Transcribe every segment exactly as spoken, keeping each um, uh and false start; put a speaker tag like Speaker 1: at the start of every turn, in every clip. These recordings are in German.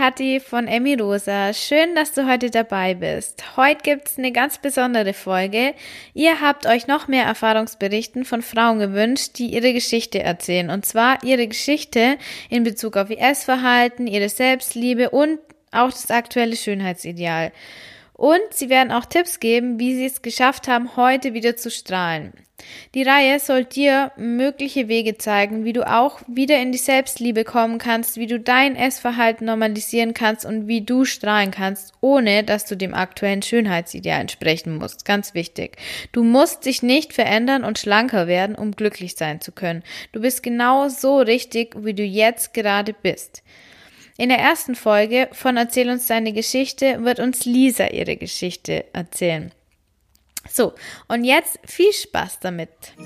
Speaker 1: Kathi von Emmy Rosa. Schön, dass du heute dabei bist. Heute gibt's eine ganz besondere Folge. Ihr habt euch noch mehr Erfahrungsberichten von Frauen gewünscht, die ihre Geschichte erzählen. Und zwar ihre Geschichte in Bezug auf ihr Essverhalten, ihre Selbstliebe und auch das aktuelle Schönheitsideal. Und sie werden auch Tipps geben, wie sie es geschafft haben, heute wieder zu strahlen. Die Reihe soll dir mögliche Wege zeigen, wie du auch wieder in die Selbstliebe kommen kannst, wie du dein Essverhalten normalisieren kannst und wie du strahlen kannst, ohne dass du dem aktuellen Schönheitsideal entsprechen musst. Ganz wichtig. Du musst dich nicht verändern und schlanker werden, um glücklich sein zu können. Du bist genau so richtig, wie du jetzt gerade bist. In der ersten Folge von Erzähl uns deine Geschichte wird uns Lisa ihre Geschichte erzählen. So, und jetzt viel Spaß damit.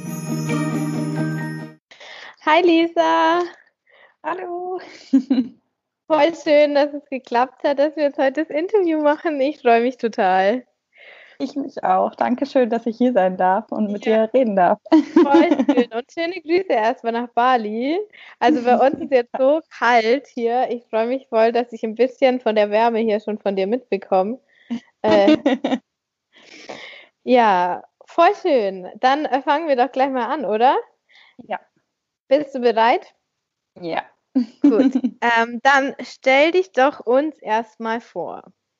Speaker 1: Hi Lisa.
Speaker 2: Hallo.
Speaker 1: Voll schön, dass es geklappt hat, dass wir jetzt heute das Interview machen. Ich freue mich total.
Speaker 2: Ich mich auch. Dankeschön, dass ich hier sein darf und mit
Speaker 1: Ja.
Speaker 2: dir reden darf.
Speaker 1: Voll schön. Und schöne Grüße erstmal nach Bali. Also bei uns ist jetzt so kalt hier. Ich freue mich voll, dass ich ein bisschen von der Wärme hier schon von dir mitbekomme. Äh, ja, voll schön. Dann äh, fangen wir doch gleich mal an, oder?
Speaker 2: Ja.
Speaker 1: Bist du bereit?
Speaker 2: Ja.
Speaker 1: Gut. Ähm, dann stell dich doch uns erstmal vor.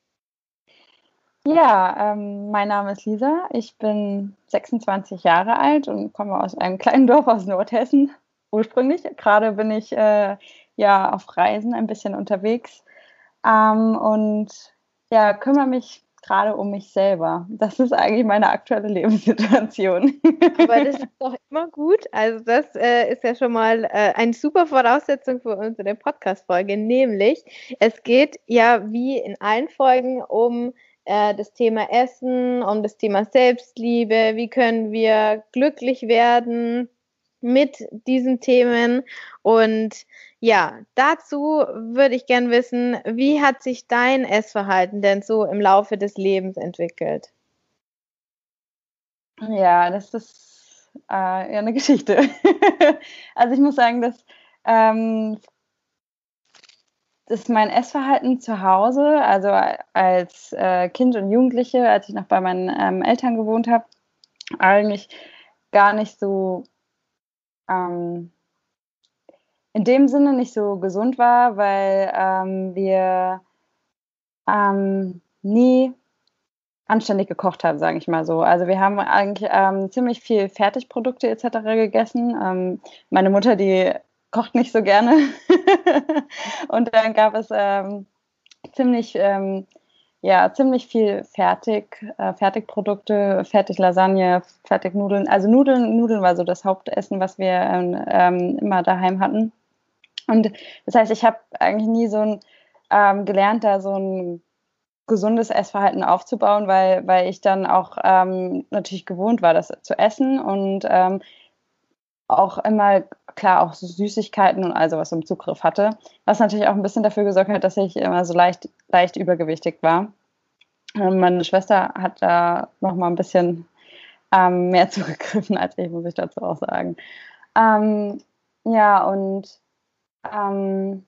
Speaker 2: Ja, ähm, mein Name ist Lisa. Ich bin sechsundzwanzig Jahre alt und komme aus einem kleinen Dorf aus Nordhessen ursprünglich. Gerade bin ich äh, ja auf Reisen ein bisschen unterwegs ähm, und ja, kümmere mich gerade um mich selber. Das ist eigentlich meine aktuelle Lebenssituation.
Speaker 1: Aber das ist doch immer gut. Also das äh, ist ja schon mal äh, eine super Voraussetzung für unsere Podcast-Folge, nämlich es geht ja wie in allen Folgen um äh, das Thema Essen, um das Thema Selbstliebe, wie können wir glücklich werden mit diesen Themen. Und ja, dazu würde ich gern wissen, wie hat sich dein Essverhalten denn so im Laufe des Lebens entwickelt?
Speaker 2: Ja, das ist äh, ja eine Geschichte. Also ich muss sagen, dass, ähm, dass mein Essverhalten zu Hause, also als äh, Kind und Jugendliche, als ich noch bei meinen ähm, Eltern gewohnt habe, eigentlich gar nicht so ähm, in dem Sinne nicht so gesund war, weil ähm, wir ähm, nie anständig gekocht haben, sage ich mal so. Also wir haben eigentlich ähm, ziemlich viel Fertigprodukte et cetera gegessen. Ähm, meine Mutter, die kocht nicht so gerne. Und dann gab es ähm, ziemlich, ähm, ja, ziemlich viel Fertig, äh, Fertigprodukte, Fertiglasagne, Fertignudeln. Also Nudeln, Nudeln war so das Hauptessen, was wir ähm, immer daheim hatten. Und das heißt, ich habe eigentlich nie so ein ähm, gelernt, da so ein gesundes Essverhalten aufzubauen, weil, weil ich dann auch ähm, natürlich gewohnt war, das zu essen und ähm, auch immer, klar, auch so Süßigkeiten und all sowas im Zugriff hatte, was natürlich auch ein bisschen dafür gesorgt hat, dass ich immer so leicht, leicht übergewichtig war. Und meine Schwester hat da noch mal ein bisschen ähm, mehr zugegriffen als ich, muss ich dazu auch sagen. Ähm, ja, und ähm,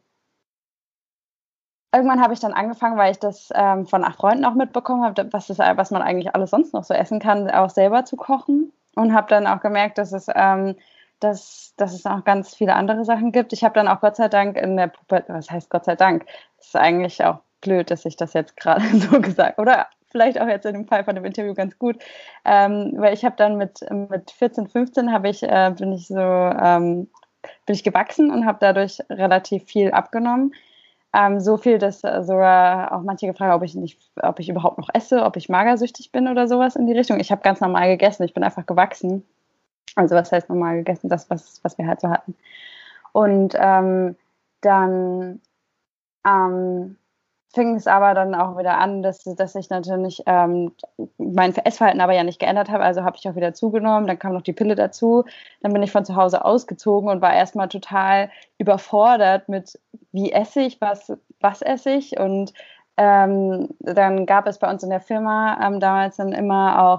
Speaker 2: irgendwann habe ich dann angefangen, weil ich das ähm, von acht Freunden auch mitbekommen habe, was, ist, was man eigentlich alles sonst noch so essen kann, auch selber zu kochen. Und habe dann auch gemerkt, dass es, ähm, dass, dass es auch ganz viele andere Sachen gibt. Ich habe dann auch Gott sei Dank in der Pubertät, was heißt Gott sei Dank? Das ist eigentlich auch blöd, dass ich das jetzt gerade so gesagt habe. Oder vielleicht auch jetzt in dem Fall von dem Interview ganz gut. Ähm, weil ich habe dann mit, mit vierzehn, fünfzehn habe ich, äh, bin ich so, ähm, bin ich gewachsen und habe dadurch relativ viel abgenommen. Ähm, so viel, dass äh, sogar auch manche gefragt haben, ob ich nicht, ob ich überhaupt noch esse, ob ich magersüchtig bin oder sowas in die Richtung. Ich habe ganz normal gegessen, ich bin einfach gewachsen. Also was heißt normal gegessen? Das, was, was wir halt so hatten. Und ähm, dann ähm, fing es aber dann auch wieder an, dass, dass ich natürlich ähm, mein Essverhalten aber ja nicht geändert habe, also habe ich auch wieder zugenommen, dann kam noch die Pille dazu, dann bin ich von zu Hause ausgezogen und war erstmal total überfordert mit, wie esse ich, was, was esse ich und ähm, dann gab es bei uns in der Firma ähm, damals dann immer auch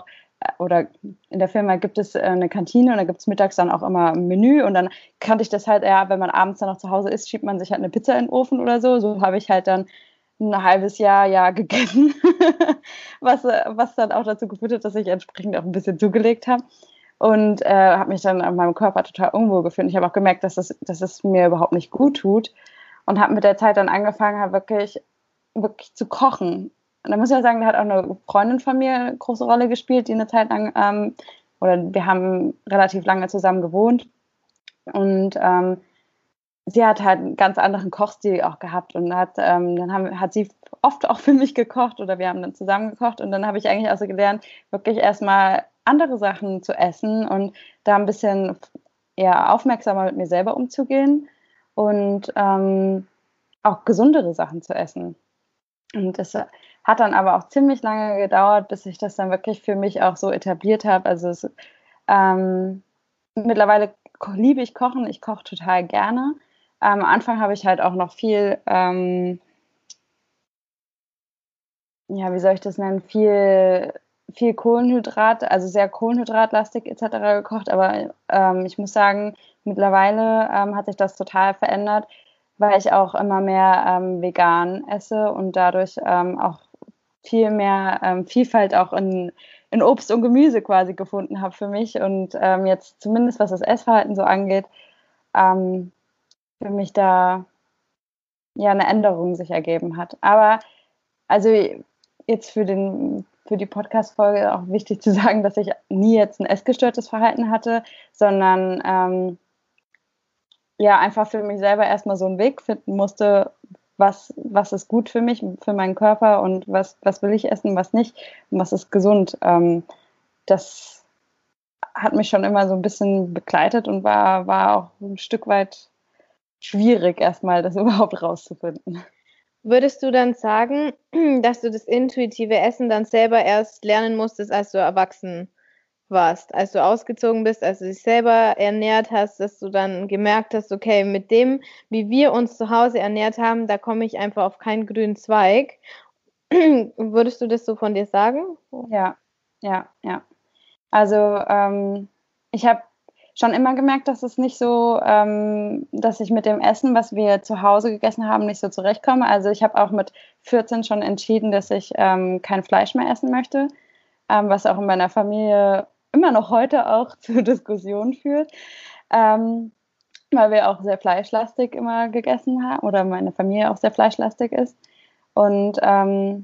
Speaker 2: oder in der Firma gibt es äh, eine Kantine und da gibt es mittags dann auch immer ein Menü und dann kannte ich das halt, ja, wenn man abends dann noch zu Hause ist, schiebt man sich halt eine Pizza in den Ofen oder so. So habe ich halt dann ein halbes Jahr, ja, gegessen, was, äh, was dann auch dazu geführt hat, dass ich entsprechend auch ein bisschen zugelegt habe und äh, habe mich dann an meinem Körper total unwohl gefühlt. Ich habe auch gemerkt, dass es, dass es mir überhaupt nicht gut tut und habe mit der Zeit dann angefangen, halt wirklich, wirklich zu kochen. Und da muss ich auch sagen, da hat auch eine Freundin von mir eine große Rolle gespielt, die eine Zeit lang, ähm, oder wir haben relativ lange zusammen gewohnt und ähm, sie hat halt einen ganz anderen Kochstil auch gehabt und hat, ähm, dann haben, hat sie oft auch für mich gekocht oder wir haben dann zusammen gekocht und dann habe ich eigentlich auch so gelernt, wirklich erstmal andere Sachen zu essen und da ein bisschen eher aufmerksamer mit mir selber umzugehen und ähm, auch gesundere Sachen zu essen. Und das hat dann aber auch ziemlich lange gedauert, bis ich das dann wirklich für mich auch so etabliert habe. Also es, ähm, mittlerweile liebe ich Kochen, ich koche total gerne. Am Anfang habe ich halt auch noch viel, ähm, ja, wie soll ich das nennen, viel, viel Kohlenhydrat, also sehr kohlenhydratlastig et cetera gekocht. Aber ähm, ich muss sagen, mittlerweile ähm, hat sich das total verändert, weil ich auch immer mehr ähm, vegan esse und dadurch ähm, auch viel mehr ähm, Vielfalt auch in, in Obst und Gemüse quasi gefunden habe für mich und ähm, jetzt zumindest was das Essverhalten so angeht, ähm, für mich da ja eine Änderung sich ergeben hat. Aber also jetzt für den für die Podcast-Folge auch wichtig zu sagen, dass ich nie jetzt ein essgestörtes Verhalten hatte, sondern ähm, ja einfach für mich selber erstmal so einen Weg finden musste, was, was ist gut für mich, für meinen Körper und was, was will ich essen, was nicht und was ist gesund. Ähm, das hat mich schon immer so ein bisschen begleitet und war, war auch ein Stück weit schwierig, erstmal das überhaupt rauszufinden.
Speaker 1: Würdest du dann sagen, dass du das intuitive Essen dann selber erst lernen musstest, als du erwachsen warst, als du ausgezogen bist, als du dich selber ernährt hast, dass du dann gemerkt hast, okay, mit dem, wie wir uns zu Hause ernährt haben, da komme ich einfach auf keinen grünen Zweig. Würdest du das so von dir sagen?
Speaker 2: Ja, ja, ja. Also ähm, ich habe schon immer gemerkt, dass es nicht so, ähm, dass ich mit dem Essen, was wir zu Hause gegessen haben, nicht so zurechtkomme. Also ich habe auch mit vierzehn schon entschieden, dass ich ähm, kein Fleisch mehr essen möchte, ähm, was auch in meiner Familie immer noch heute auch zu Diskussionen führt, ähm, weil wir auch sehr fleischlastig immer gegessen haben oder meine Familie auch sehr fleischlastig ist. Und ähm,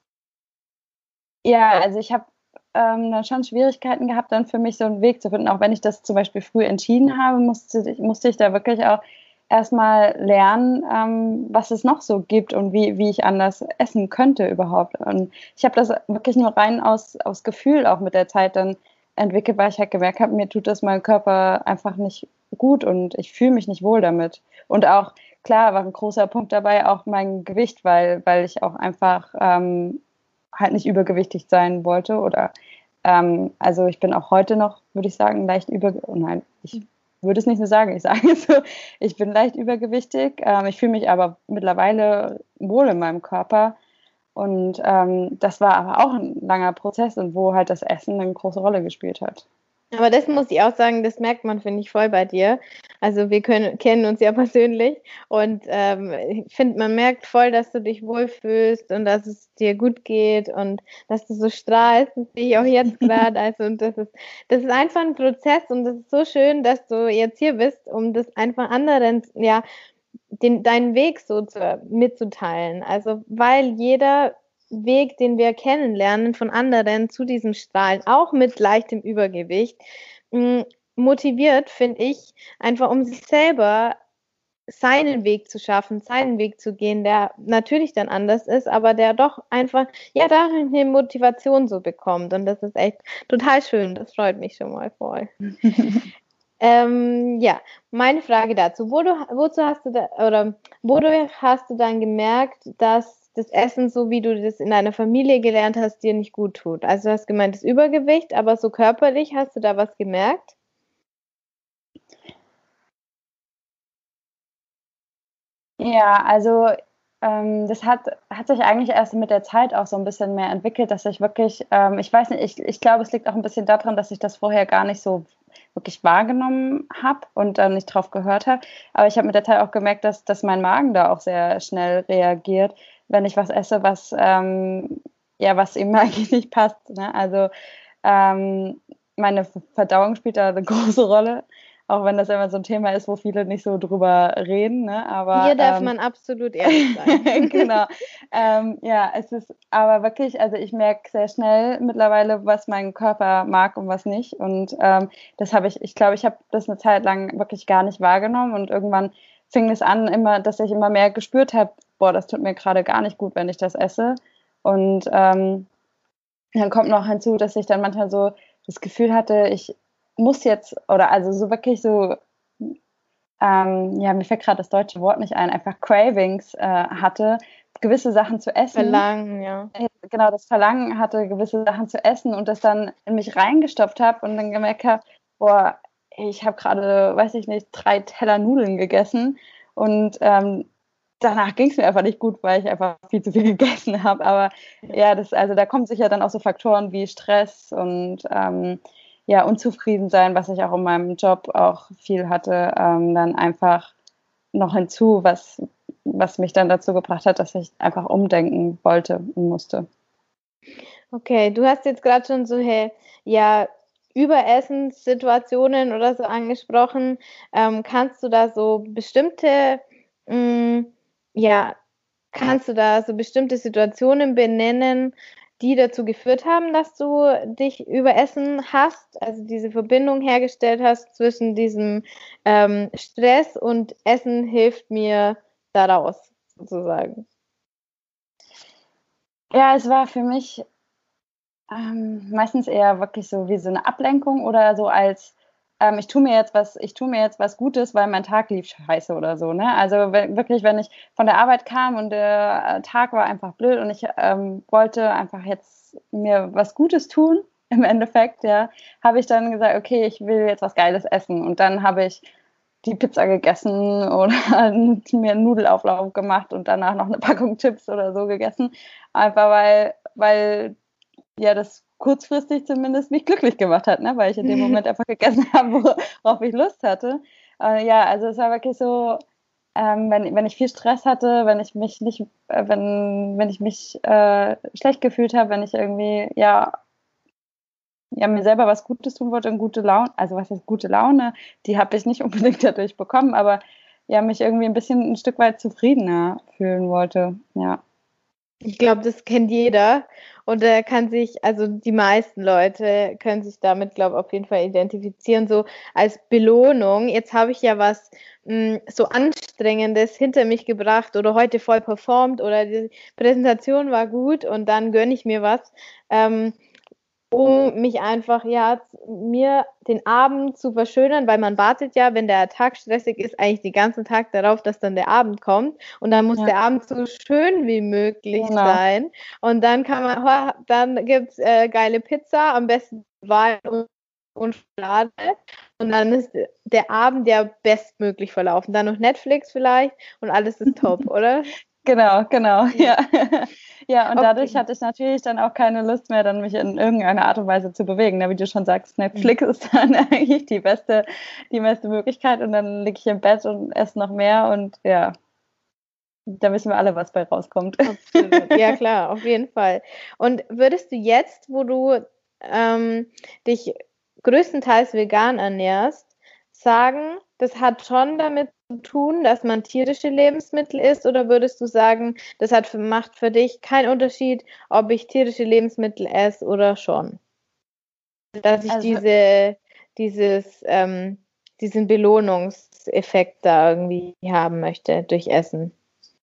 Speaker 2: ja, also ich habe ähm, dann schon Schwierigkeiten gehabt, dann für mich so einen Weg zu finden. Auch wenn ich das zum Beispiel früh entschieden habe, musste ich, musste ich da wirklich auch erstmal lernen, ähm, was es noch so gibt und wie, wie ich anders essen könnte überhaupt. Und ich habe das wirklich nur rein aus, aus Gefühl auch mit der Zeit dann entwickelt, weil ich halt gemerkt habe, mir tut das meinem Körper einfach nicht gut und ich fühle mich nicht wohl damit. Und auch, klar, war ein großer Punkt dabei auch mein Gewicht, weil, weil ich auch einfach ähm, halt nicht übergewichtig sein wollte oder ähm, also ich bin auch heute noch, würde ich sagen, leicht über, oh nein, ich würde es nicht so sagen, ich sage es so, ich bin leicht übergewichtig, ähm, ich fühle mich aber mittlerweile wohl in meinem Körper und ähm, das war aber auch ein langer Prozess und wo halt das Essen eine große Rolle gespielt hat.
Speaker 1: Aber das muss ich auch sagen, das merkt man, finde ich, voll bei dir. Also wir können, kennen uns ja persönlich und ähm, ich finde, man merkt voll, dass du dich wohlfühlst und dass es dir gut geht und dass du so strahlst, das sehe ich auch jetzt gerade. Also und das ist, das ist einfach ein Prozess und das ist so schön, dass du jetzt hier bist, um das einfach anderen, ja, den, deinen Weg so zu, mitzuteilen. Also weil jeder Weg, den wir kennenlernen von anderen zu diesem Strahlen, auch mit leichtem Übergewicht, mh, motiviert, finde ich, einfach um sich selber seinen Weg zu schaffen, seinen Weg zu gehen, der natürlich dann anders ist, aber der doch einfach, ja, darin eine Motivation so bekommt. Und das ist echt total schön. Das freut mich schon mal voll. Ähm, ja, meine Frage dazu. Wo du, wozu hast du da, oder wodurch hast du dann gemerkt, dass das Essen, so wie du das in deiner Familie gelernt hast, dir nicht gut tut? Also du hast gemeint, das Übergewicht, aber so körperlich, hast du da was gemerkt?
Speaker 2: Ja, also ähm, das hat, hat sich eigentlich erst mit der Zeit auch so ein bisschen mehr entwickelt, dass ich wirklich, ähm, ich weiß nicht, ich, ich glaube, es liegt auch ein bisschen daran, dass ich das vorher gar nicht so wirklich wahrgenommen habe und dann nicht drauf gehört habe. Aber ich habe mit der Zeit auch gemerkt, dass, dass mein Magen da auch sehr schnell reagiert, wenn ich was esse, was, ähm, ja, was ihm eigentlich nicht passt. Ne? Also ähm, meine Verdauung spielt da eine große Rolle, auch wenn das immer so ein Thema ist, wo viele nicht so drüber reden. Ne? Aber
Speaker 1: Hier darf
Speaker 2: ähm,
Speaker 1: man absolut ehrlich sein.
Speaker 2: genau. Ähm, ja, es ist aber wirklich, also ich merke sehr schnell mittlerweile, was mein Körper mag und was nicht. Und ähm, das habe ich, ich glaube, ich habe das eine Zeit lang wirklich gar nicht wahrgenommen und irgendwann fing es an, immer, dass ich immer mehr gespürt habe, boah, das tut mir gerade gar nicht gut, wenn ich das esse. Und ähm, dann kommt noch hinzu, dass ich dann manchmal so das Gefühl hatte, ich muss jetzt, oder also so wirklich so, ähm, ja, mir fällt gerade das deutsche Wort nicht ein, einfach Cravings äh, hatte, gewisse Sachen zu essen.
Speaker 1: Verlangen, ja.
Speaker 2: Genau, das Verlangen hatte, gewisse Sachen zu essen und das dann in mich reingestopft habe und dann gemerkt habe, boah, ich habe gerade, weiß ich nicht, drei Teller Nudeln gegessen und ähm, danach ging es mir einfach nicht gut, weil ich einfach viel zu viel gegessen habe. Aber ja, das, also da kommen sicher dann auch so Faktoren wie Stress und ähm, ja, Unzufriedensein, was ich auch in meinem Job auch viel hatte, ähm, dann einfach noch hinzu, was, was mich dann dazu gebracht hat, dass ich einfach umdenken wollte und musste.
Speaker 1: Okay, du hast jetzt gerade schon so, hey, ja, Überessenssituationen oder so angesprochen. Ähm, kannst du da so bestimmte, mh, ja, kannst du da so bestimmte Situationen benennen, die dazu geführt haben, dass du dich überessen hast, also diese Verbindung hergestellt hast zwischen diesem ähm, Stress und Essen hilft mir daraus, sozusagen.
Speaker 2: Ja, es war für mich ähm, meistens eher wirklich so wie so eine Ablenkung oder so als ähm, ich tue mir jetzt was, ich tue mir jetzt was Gutes, weil mein Tag lief scheiße oder so. Ne? Also wenn, wirklich, wenn ich von der Arbeit kam und der äh, Tag war einfach blöd und ich ähm, wollte einfach jetzt mir was Gutes tun, im Endeffekt, ja, habe ich dann gesagt, okay, ich will jetzt was Geiles essen. Und dann habe ich die Pizza gegessen oder mir einen Nudelauflauf gemacht und danach noch eine Packung Chips oder so gegessen. Einfach weil, weil ja das kurzfristig zumindest mich glücklich gemacht hat, ne? Weil ich in dem Moment einfach gegessen habe, worauf ich Lust hatte. Äh, ja, also es war wirklich so, ähm, wenn, wenn ich viel Stress hatte, wenn ich mich nicht, äh, wenn, wenn ich mich äh, schlecht gefühlt habe, wenn ich irgendwie, ja, ja, mir selber was Gutes tun wollte und gute Laune, also was ist gute Laune, die habe ich nicht unbedingt dadurch bekommen, aber ja, mich irgendwie ein bisschen ein Stück weit zufriedener fühlen wollte, ja.
Speaker 1: Ich glaube, das kennt jeder und er kann sich, also die meisten Leute können sich damit, glaube ich, auf jeden Fall identifizieren, so als Belohnung. Jetzt habe ich ja was mh, so Anstrengendes hinter mich gebracht oder heute voll performt oder die Präsentation war gut und dann gönne ich mir was. Ähm, um mich einfach, ja, mir den Abend zu verschönern, weil man wartet ja, wenn der Tag stressig ist, eigentlich den ganzen Tag darauf, dass dann der Abend kommt und dann muss
Speaker 2: Ja,
Speaker 1: der Abend so schön wie möglich
Speaker 2: genau.
Speaker 1: sein und dann kann man, oh, dann gibt's äh, geile Pizza, am besten Wein und, und Schokolade und dann ist der Abend ja bestmöglich verlaufen. Dann noch Netflix vielleicht und alles ist top, oder?
Speaker 2: Genau, genau,
Speaker 1: Ja.
Speaker 2: ja. Ja, und dadurch
Speaker 1: Okay.
Speaker 2: hatte ich natürlich dann auch keine Lust mehr, dann mich in irgendeiner Art und Weise zu bewegen. Ne? Wie du schon sagst, Netflix ist dann eigentlich die beste, die beste Möglichkeit und dann liege ich im Bett und esse noch mehr und ja, da wissen wir alle, was bei rauskommt.
Speaker 1: Absolut, ja klar, auf jeden Fall. Und würdest du jetzt, wo du ähm, dich größtenteils vegan ernährst, sagen, das hat schon damit zu tun, dass man tierische Lebensmittel isst, oder würdest du sagen, das hat für, macht für dich keinen Unterschied, ob ich tierische Lebensmittel esse oder schon? Dass ich
Speaker 2: Also
Speaker 1: diese, dieses, ähm, diesen Belohnungseffekt da irgendwie haben möchte durch Essen.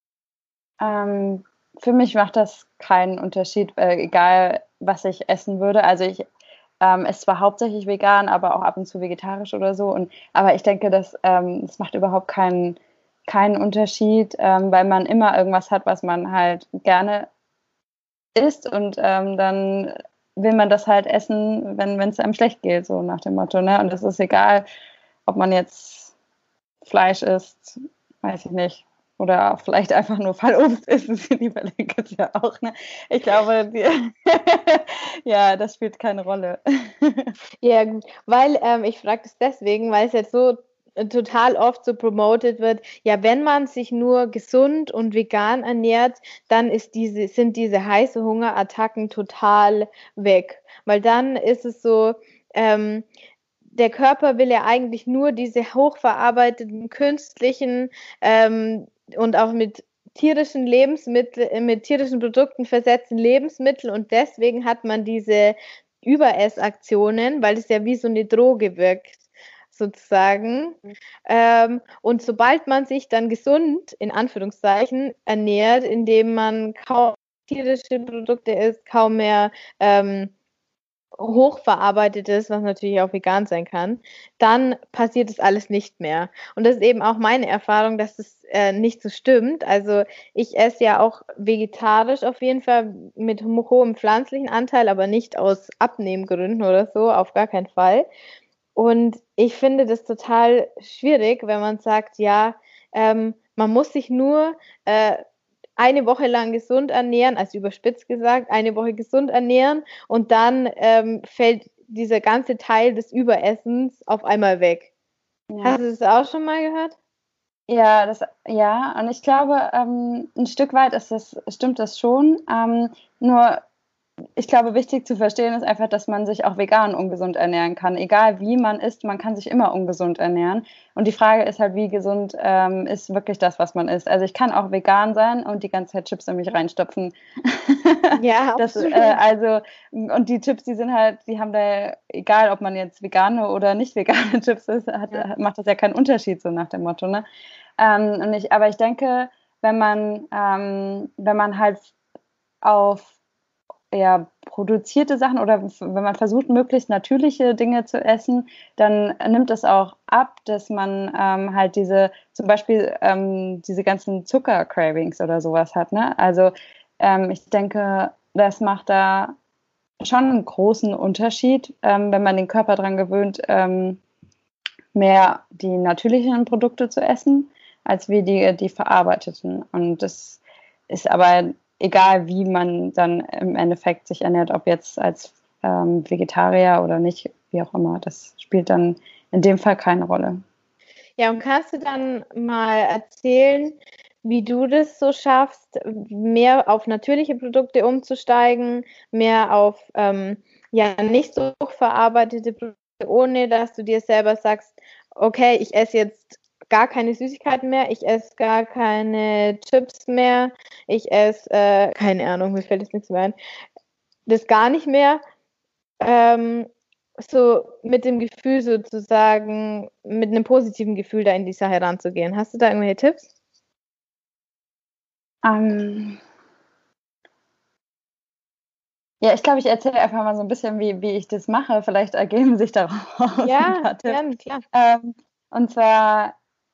Speaker 2: ähm, für mich macht das keinen Unterschied, äh, egal was ich essen würde. Also ich ähm, esse zwar hauptsächlich vegan, aber auch ab und zu vegetarisch oder so. Und, aber ich denke, das, ähm, das macht überhaupt keinen, keinen Unterschied, ähm, weil man immer irgendwas hat, was man halt gerne isst und ähm, dann will man das halt essen, wenn es einem schlecht geht, so nach dem Motto. Ne? Und es ist egal, ob man jetzt Fleisch isst, weiß ich nicht. oder auch vielleicht einfach nur Fallobst essen sie lieber, dann gibt es ja auch. Ne? Ich glaube, die, ja, das spielt keine Rolle.
Speaker 1: Ja, gut, weil ähm, ich frage das deswegen, weil es jetzt so äh, total oft so promoted wird, ja, wenn man sich nur gesund und vegan ernährt, dann ist diese, sind diese heiße Hungerattacken total weg. Weil dann ist es so, ähm, der Körper will ja eigentlich nur diese hochverarbeiteten, künstlichen ähm, und auch mit tierischen Lebensmitteln, mit tierischen Produkten versetzten Lebensmittel und deswegen hat man diese Überessaktionen, weil es ja wie so eine Droge wirkt, sozusagen. Mhm. Ähm, und sobald man sich dann gesund, in Anführungszeichen, ernährt, indem man kaum tierische Produkte isst, kaum mehr ähm, hochverarbeitetes, was natürlich auch vegan sein kann, dann passiert das alles nicht mehr. Und das ist eben auch meine Erfahrung, dass das äh, nicht so stimmt. Also ich esse ja auch vegetarisch auf jeden Fall mit hohem pflanzlichen Anteil, aber nicht aus Abnehmgründen oder so, auf gar keinen Fall. Und ich finde das total schwierig, wenn man sagt, ja, ähm, man muss sich nur äh, eine Woche lang gesund ernähren, also überspitzt gesagt, eine Woche gesund ernähren und dann ähm, fällt dieser ganze Teil des Überessens auf einmal weg. Ja. Hast du das auch schon mal gehört?
Speaker 2: Ja, das, ja, und ich glaube, ähm, ein Stück weit ist das, stimmt das schon. Ähm, nur ich glaube, wichtig zu verstehen ist einfach, dass man sich auch vegan ungesund ernähren kann. Egal wie man isst, man kann sich immer ungesund ernähren. Und die Frage ist halt, wie gesund ähm, ist wirklich das, was man isst. Also ich kann auch vegan sein und die ganze Zeit Chips in mich reinstopfen. Ja, das, äh, also, und die Chips, die sind halt, die haben da, egal ob man jetzt vegane oder nicht vegane Chips ist, hat, ja. macht das ja keinen Unterschied, so nach dem Motto. Ne? Ähm, und ich, aber ich denke, wenn man, ähm, wenn man halt auf ja, produzierte Sachen oder wenn man versucht, möglichst natürliche Dinge zu essen, dann nimmt es auch ab, dass man ähm, halt diese, zum Beispiel ähm, diese ganzen Zucker-Cravings oder sowas hat. Ne? Also ähm, ich denke, das macht da schon einen großen Unterschied, ähm, wenn man den Körper daran gewöhnt, ähm, mehr die natürlichen Produkte zu essen, als wie die, die verarbeiteten. Und das ist aber egal, wie man dann im Endeffekt sich ernährt, ob jetzt als ähm, Vegetarier oder nicht, wie auch immer. Das spielt dann in dem Fall keine Rolle.
Speaker 1: Ja, und kannst du dann mal erzählen, wie du das so schaffst, mehr auf natürliche Produkte umzusteigen, mehr auf ähm, ja nicht so verarbeitete Produkte, ohne dass du dir selber sagst, okay, ich esse jetzt gar keine Süßigkeiten mehr, ich esse gar keine Chips mehr, ich esse, äh, keine Ahnung, mir fällt jetzt nichts mehr ein, das gar nicht mehr. Ähm, so mit dem Gefühl sozusagen, mit einem positiven Gefühl da in die Sache ranzugehen. Hast du da irgendwelche Tipps?
Speaker 2: Ähm, ja, ich glaube, ich erzähle einfach mal so ein bisschen, wie, wie ich das mache. Vielleicht ergeben sich daraus
Speaker 1: Ja,
Speaker 2: ein paar Tipps.
Speaker 1: gern, klar.
Speaker 2: Ähm, und zwar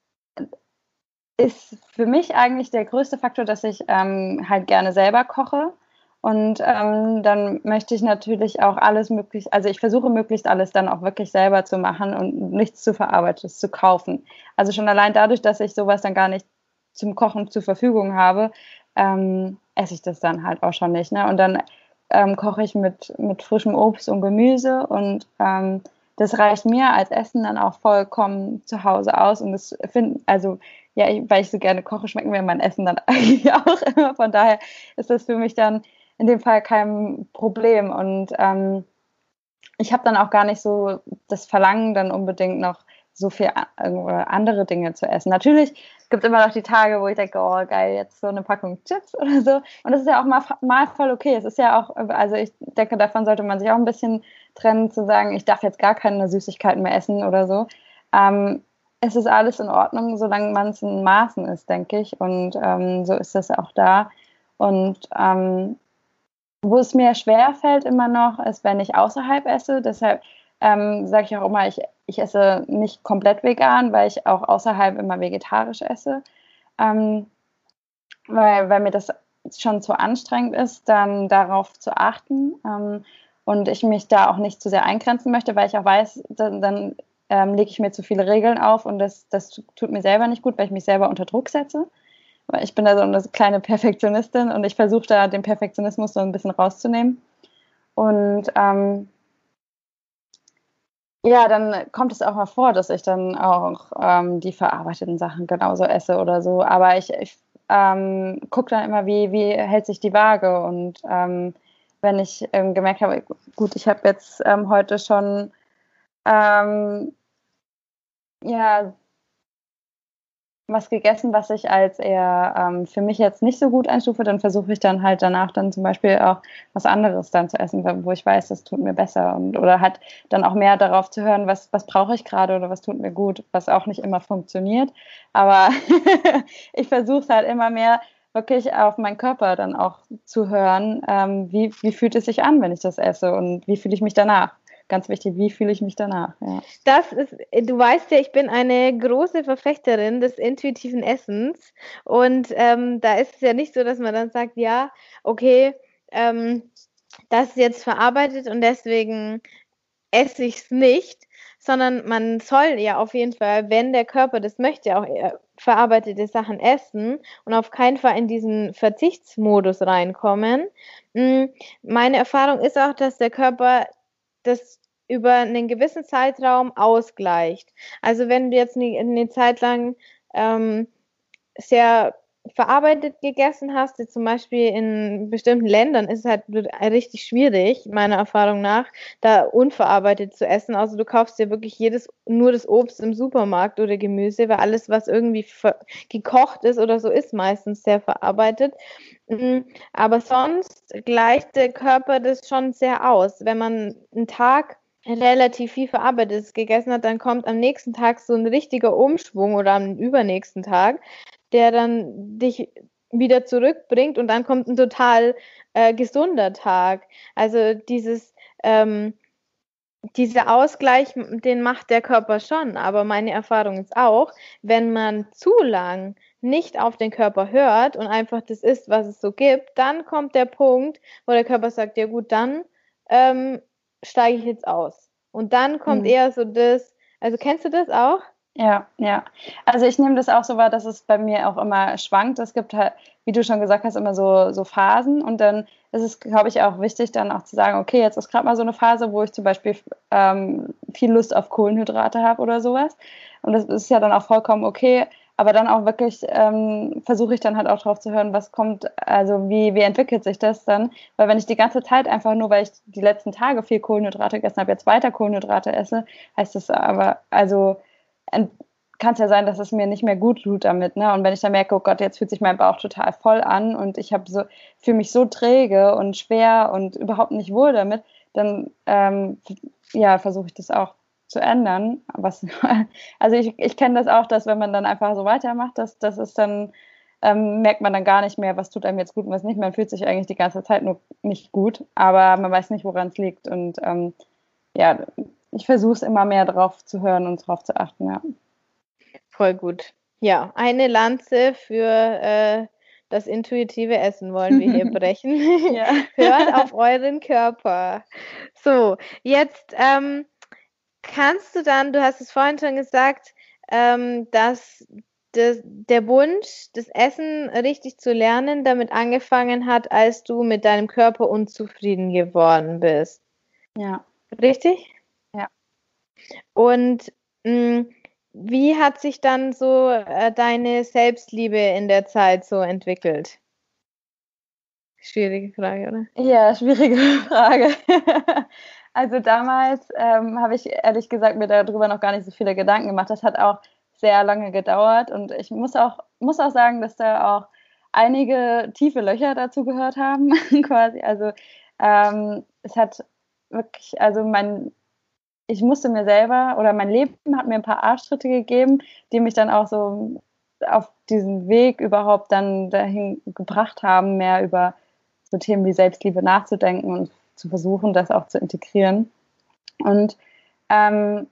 Speaker 2: ist für mich eigentlich der größte Faktor, dass ich ähm, halt gerne selber koche. Und ähm, dann möchte ich natürlich auch alles möglich, also ich versuche möglichst alles dann auch wirklich selber zu machen und nichts zu verarbeitetes zu kaufen. Also schon allein dadurch, dass ich sowas dann gar nicht zum Kochen zur Verfügung habe, ähm, esse ich das dann halt auch schon nicht. Ne? Und dann ähm, koche ich mit, mit frischem Obst und Gemüse und ähm, das reicht mir als Essen dann auch vollkommen zu Hause aus. Und das finde, also ja, ich, weil ich so gerne koche, schmeckt mir mein Essen dann eigentlich auch immer. Von daher ist das für mich dann in dem Fall kein Problem. Und ähm, ich habe dann auch gar nicht so das Verlangen, dann unbedingt noch so viel andere Dinge zu essen. Natürlich gibt es immer noch die Tage, wo ich denke, oh geil, jetzt so eine Packung Chips oder so. Und das ist ja auch mal, mal voll okay. Es ist ja auch, also ich denke, davon sollte man sich auch ein bisschen trennen, zu sagen, ich darf jetzt gar keine Süßigkeiten mehr essen oder so. Ähm, es ist alles in Ordnung, solange man es in Maßen ist, denke ich. Und ähm, so ist es auch da. Und ähm, wo es mir schwer fällt immer noch, ist, wenn ich außerhalb esse. Deshalb ähm, sage ich auch immer, ich, ich esse nicht komplett vegan, weil ich auch außerhalb immer vegetarisch esse. Ähm, weil, weil mir das schon zu anstrengend ist, dann darauf zu achten. Ähm, und ich mich da auch nicht zu sehr eingrenzen möchte, weil ich auch weiß, dann, dann ähm, lege ich mir zu viele Regeln auf und das, das tut mir selber nicht gut, weil ich mich selber unter Druck setze. weil ich bin da so eine kleine Perfektionistin und ich versuche da den Perfektionismus so ein bisschen rauszunehmen. Und ähm, ja, dann kommt es auch mal vor, dass ich dann auch ähm, die verarbeiteten Sachen genauso esse oder so. Aber ich, ich ähm, gucke dann immer, wie, wie hält sich die Waage. Und ähm, wenn ich ähm, gemerkt habe, gut, ich habe jetzt ähm, heute schon ähm, ja, was gegessen, was ich als eher ähm, für mich jetzt nicht so gut einstufe, dann versuche ich dann halt danach dann zum Beispiel auch was anderes dann zu essen, wo ich weiß, das tut mir besser und oder halt dann auch mehr darauf zu hören, was, was brauche ich gerade oder was tut mir gut, was auch nicht immer funktioniert. Aber ich versuche es halt immer mehr wirklich auf meinen Körper dann auch zu hören, ähm, wie, wie fühlt es sich an, wenn ich das esse und wie fühle ich mich danach. Ganz wichtig, wie fühle ich mich danach? Ja.
Speaker 1: Das ist, du weißt ja, ich bin eine große Verfechterin des intuitiven Essens und ähm, da ist es ja nicht so, dass man dann sagt, ja, okay, ähm, das ist jetzt verarbeitet und deswegen esse ich es nicht, sondern man soll ja auf jeden Fall, wenn der Körper das möchte, auch äh, verarbeitete Sachen essen und auf keinen Fall in diesen Verzichtsmodus reinkommen. Mm, Meine Erfahrung ist auch, dass der Körper das über einen gewissen Zeitraum ausgleicht. Also wenn du jetzt eine, eine Zeit lang ähm, sehr verarbeitet gegessen hast, jetzt zum Beispiel in bestimmten Ländern ist es halt richtig schwierig, meiner Erfahrung nach, da unverarbeitet zu essen. Also du kaufst dir wirklich jedes, nur das Obst im Supermarkt oder Gemüse, weil alles, was irgendwie gekocht ist oder so, ist meistens sehr verarbeitet. Aber sonst gleicht der Körper das schon sehr aus. Wenn man einen Tag relativ viel Verarbeitetes gegessen hat, dann kommt am nächsten Tag so ein richtiger Umschwung oder am übernächsten Tag, der dann dich wieder zurückbringt und dann kommt ein total äh, gesunder Tag. Also dieses, ähm, dieser Ausgleich, den macht der Körper schon, aber meine Erfahrung ist auch, wenn man zu lang nicht auf den Körper hört und einfach das isst, was es so gibt, dann kommt der Punkt, wo der Körper sagt, ja gut, dann ähm, steige ich jetzt aus. Und dann kommt
Speaker 2: Mhm.
Speaker 1: eher so das, also kennst du das auch?
Speaker 2: Ja, ja. Also ich nehme das auch so wahr, dass es bei mir auch immer schwankt. Es gibt halt, wie du schon gesagt hast, immer so, so Phasen und dann ist es, glaube ich, auch wichtig, dann auch zu sagen, okay, jetzt ist gerade mal so eine Phase, wo ich zum Beispiel ähm, viel Lust auf Kohlenhydrate habe oder sowas. Und das ist ja dann auch vollkommen okay. Aber dann auch wirklich ähm, versuche ich dann halt auch drauf zu hören, was kommt, also wie, wie entwickelt sich das dann? Weil wenn ich die ganze Zeit einfach nur, weil ich die letzten Tage viel Kohlenhydrate gegessen habe, jetzt weiter Kohlenhydrate esse, heißt das aber, also kann es ja sein, dass es mir nicht mehr gut tut damit, ne? Und wenn ich dann merke, oh Gott, jetzt fühlt sich mein Bauch total voll an und ich habe so, fühle mich so träge und schwer und überhaupt nicht wohl damit, dann ähm, ja, versuche ich das auch zu ändern. Was, also ich, ich kenne das auch, dass wenn man dann einfach so weitermacht, dass das ist dann ähm, merkt man dann gar nicht mehr, was tut einem jetzt gut und was nicht. Man fühlt sich eigentlich die ganze Zeit nur nicht gut, aber man weiß nicht, woran es liegt. Und ähm, ja, ich versuche es immer mehr drauf zu hören und drauf zu achten, ja.
Speaker 1: Voll gut. Ja, eine Lanze für äh, das intuitive Essen wollen wir hier brechen.
Speaker 2: Ja.
Speaker 1: Hört auf euren Körper. So, jetzt ähm, kannst du dann, du hast es vorhin schon gesagt, ähm, dass das, der Wunsch, das Essen richtig zu lernen, damit angefangen hat, als du mit deinem Körper unzufrieden geworden bist.
Speaker 2: Ja.
Speaker 1: Richtig?
Speaker 2: Ja.
Speaker 1: Und mh, wie hat sich dann so äh, deine Selbstliebe in der Zeit so entwickelt? Schwierige Frage, oder?
Speaker 2: Ja, schwierige Frage. Also damals ähm, habe ich ehrlich gesagt mir darüber noch gar nicht so viele Gedanken gemacht. Das hat auch sehr lange gedauert und ich muss auch, muss auch sagen, dass da auch einige tiefe Löcher dazu gehört haben, quasi. Also ähm, es hat wirklich, also mein, ich musste mir selber oder mein Leben hat mir ein paar Arschtritte gegeben, die mich dann auch so auf diesen Weg überhaupt dann dahin gebracht haben, mehr über so Themen wie Selbstliebe nachzudenken und zu versuchen, das auch zu integrieren. Und ähm,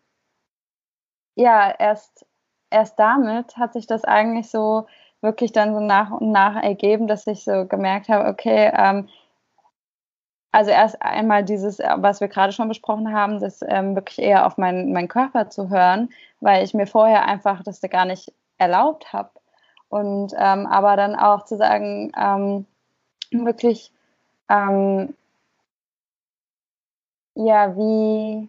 Speaker 2: ja, erst, erst damit hat sich das eigentlich so wirklich dann so nach und nach ergeben, dass ich so gemerkt habe, okay, ähm, also erst einmal dieses, was wir gerade schon besprochen haben, das ähm, wirklich eher auf meinen, meinen Körper zu hören, weil ich mir vorher einfach das gar nicht erlaubt habe. Und ähm, aber dann auch zu sagen, ähm, wirklich, ähm, ja, wie,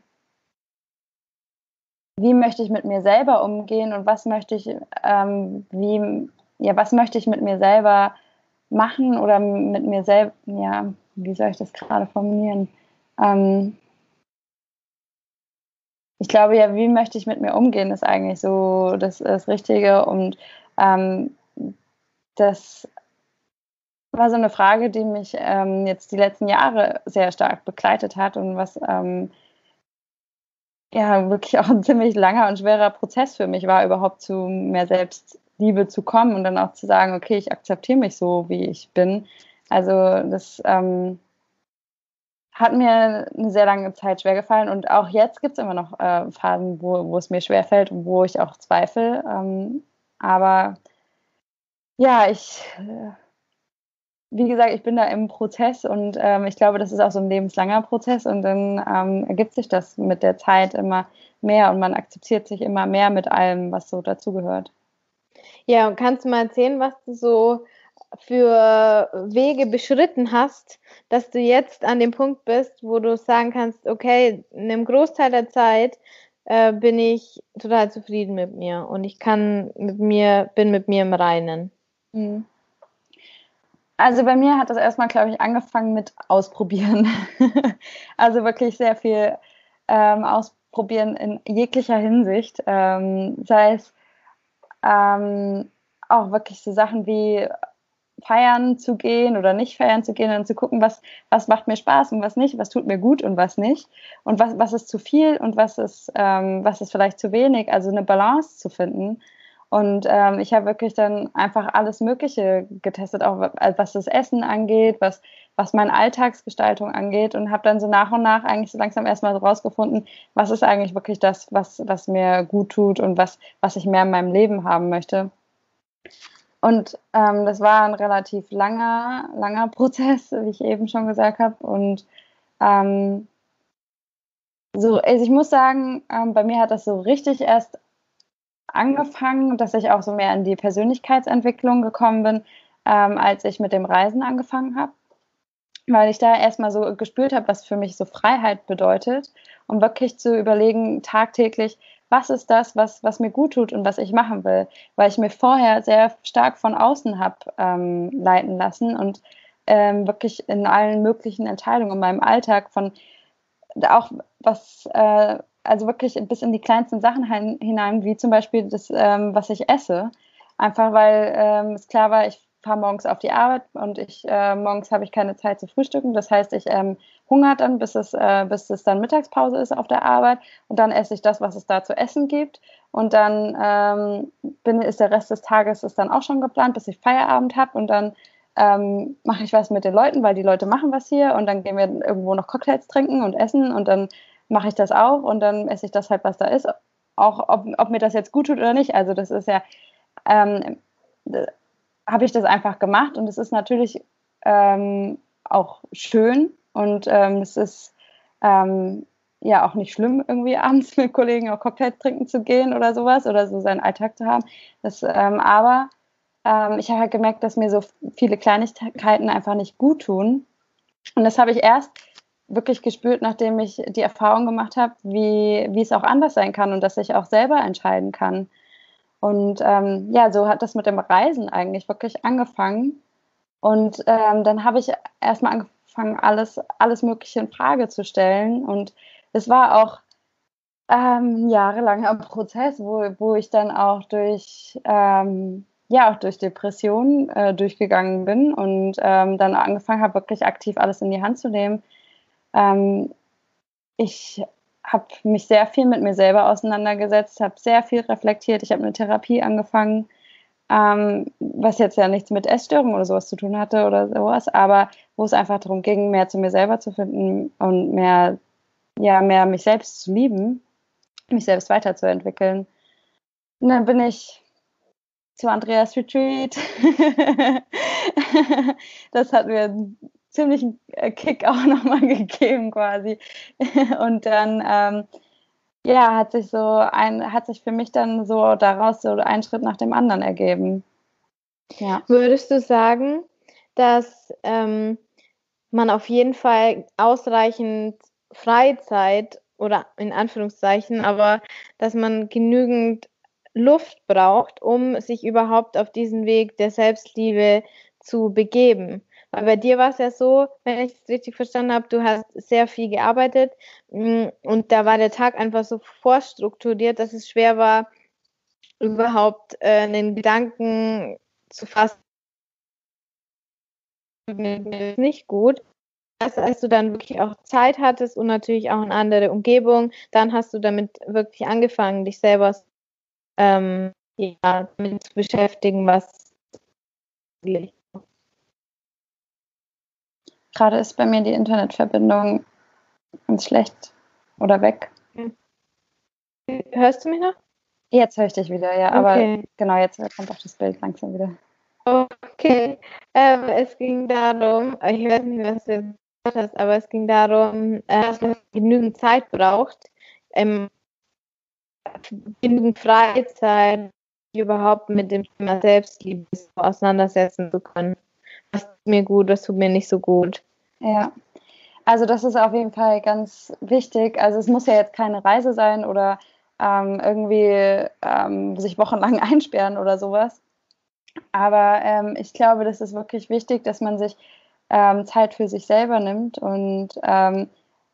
Speaker 2: wie möchte ich mit mir selber umgehen und was möchte ich, ähm, wie, ja, was möchte ich mit mir selber machen oder mit mir selbst, ja, wie soll ich das gerade formulieren? Ähm, ich glaube ja, wie möchte ich mit mir umgehen, ist eigentlich so das, das Richtige. Und ähm, das war so eine Frage, die mich ähm, jetzt die letzten Jahre sehr stark begleitet hat und was ähm, ja wirklich auch ein ziemlich langer und schwerer Prozess für mich war, überhaupt zu mehr Selbstliebe zu kommen und dann auch zu sagen, okay, ich akzeptiere mich so, wie ich bin. Also das ähm, hat mir eine sehr lange Zeit schwergefallen und auch jetzt gibt es immer noch äh, Phasen, wo, wo es mir schwerfällt und wo ich auch zweifle. Ähm, aber ja, ich, äh, wie gesagt, ich bin da im Prozess und ähm, ich glaube, das ist auch so ein lebenslanger Prozess und dann ähm, ergibt sich das mit der Zeit immer mehr und man akzeptiert sich immer mehr mit allem, was so dazugehört.
Speaker 1: Ja, und kannst du mal erzählen, was du so für Wege beschritten hast, dass du jetzt an dem Punkt bist, wo du sagen kannst, okay, in einem Großteil der Zeit äh, bin ich total zufrieden mit mir und ich kann mit mir, bin mit mir im Reinen.
Speaker 2: Mhm. Also bei mir hat das erstmal, glaube ich, angefangen mit Ausprobieren. Also wirklich sehr viel ähm, ausprobieren in jeglicher Hinsicht. Ähm, sei es ähm, auch wirklich so Sachen wie feiern zu gehen oder nicht feiern zu gehen und zu gucken, was, was macht mir Spaß und was nicht, was tut mir gut und was nicht und was, was ist zu viel und was ist, ähm, was ist vielleicht zu wenig, also eine Balance zu finden. Und ähm, ich habe wirklich dann einfach alles Mögliche getestet, auch was das Essen angeht, was, was meine Alltagsgestaltung angeht und habe dann so nach und nach eigentlich so langsam erstmal so rausgefunden, was ist eigentlich wirklich das, was, was mir gut tut und was, was ich mehr in meinem Leben haben möchte. Und ähm, das war ein relativ langer, langer Prozess, wie ich eben schon gesagt habe. Und ähm, so, also ich muss sagen, ähm, bei mir hat das so richtig erst angefangen, dass ich auch so mehr in die Persönlichkeitsentwicklung gekommen bin, ähm, als ich mit dem Reisen angefangen habe, weil ich da erstmal so gespürt habe, was für mich so Freiheit bedeutet, um wirklich zu überlegen, tagtäglich, was ist das, was, was mir gut tut und was ich machen will, weil ich mir vorher sehr stark von außen habe ähm, leiten lassen und ähm, wirklich in allen möglichen Entscheidungen in meinem Alltag von auch was, äh, also wirklich bis in die kleinsten Sachen hinein, wie zum Beispiel das, ähm, was ich esse. Einfach weil ähm, es klar war, ich fahre morgens auf die Arbeit und ich äh, morgens habe ich keine Zeit zu frühstücken. Das heißt, ich ähm, hungere dann, bis es, äh, bis es dann Mittagspause ist auf der Arbeit und dann esse ich das, was es da zu essen gibt. Und dann ähm, bin, ist der Rest des Tages ist dann auch schon geplant, bis ich Feierabend habe und dann ähm, mache ich was mit den Leuten, weil die Leute machen was hier und dann gehen wir irgendwo noch Cocktails trinken und essen und dann mache ich das auch und dann esse ich das halt, was da ist, auch ob, ob mir das jetzt gut tut oder nicht. Also das ist ja, ähm, habe ich das einfach gemacht und es ist natürlich ähm, auch schön und ähm, es ist ähm, ja auch nicht schlimm, irgendwie abends mit Kollegen auch Cocktails trinken zu gehen oder sowas oder so seinen Alltag zu haben. Das, ähm, aber ähm, ich habe halt gemerkt, dass mir so viele Kleinigkeiten einfach nicht gut tun. Und das habe ich erst wirklich gespürt, nachdem ich die Erfahrung gemacht habe, wie, wie es auch anders sein kann und dass ich auch selber entscheiden kann. Und ähm, ja, so hat das mit dem Reisen eigentlich wirklich angefangen. Und ähm, dann habe ich erstmal angefangen, alles, alles Mögliche in Frage zu stellen. Und es war auch ähm, ein jahrelanger Prozess, wo, wo ich dann auch durch, ähm, ja, auch durch Depressionen äh, durchgegangen bin und ähm, dann angefangen habe, wirklich aktiv alles in die Hand zu nehmen. Ähm, ich habe mich sehr viel mit mir selber auseinandergesetzt, habe sehr viel reflektiert. Ich habe eine Therapie angefangen, ähm, was jetzt ja nichts mit Essstörungen oder sowas zu tun hatte oder sowas, aber wo es einfach darum ging, mehr zu mir selber zu finden und mehr, ja, mehr mich selbst zu lieben, mich selbst weiterzuentwickeln. Und dann bin ich zu Andreas Retreat. Das hat mir einen ziemlichen Kick auch nochmal gegeben quasi. Und dann ähm, ja, hat sich so ein, hat sich für mich dann so daraus so ein Schritt nach dem anderen ergeben. Ja.
Speaker 1: Würdest du sagen, dass ähm, man auf jeden Fall ausreichend Freizeit oder in Anführungszeichen, aber dass man genügend Luft braucht, um sich überhaupt auf diesen Weg der Selbstliebe zu begeben? Weil bei dir war es ja so, wenn ich es richtig verstanden habe, du hast sehr viel gearbeitet mm, und da war der Tag einfach so vorstrukturiert, dass es schwer war, überhaupt äh, einen Gedanken zu fassen, mir ist nicht gut. Erst als du dann wirklich auch Zeit hattest und natürlich auch eine andere Umgebung, dann hast du damit wirklich angefangen, dich selber ähm, ja, damit zu beschäftigen, was
Speaker 2: Gerade ist bei mir die Internetverbindung ganz schlecht oder weg.
Speaker 1: Hörst du mich noch?
Speaker 2: Jetzt höre ich dich wieder, ja,
Speaker 1: Okay.
Speaker 2: aber genau, jetzt kommt auch das Bild langsam wieder.
Speaker 1: Okay, ähm, es ging darum, ich weiß nicht, was du gesagt hast, aber es ging darum, äh, dass man genügend Zeit braucht, ähm, genügend Freizeit, überhaupt mit dem Thema Selbstliebe auseinandersetzen zu können. Was tut mir gut, was tut mir nicht so gut.
Speaker 2: Ja, also das ist auf jeden Fall ganz wichtig. Also es muss ja jetzt keine Reise sein oder ähm, irgendwie ähm, sich wochenlang einsperren oder sowas. Aber ähm, ich glaube, das ist wirklich wichtig, dass man sich ähm, Zeit für sich selber nimmt und ähm,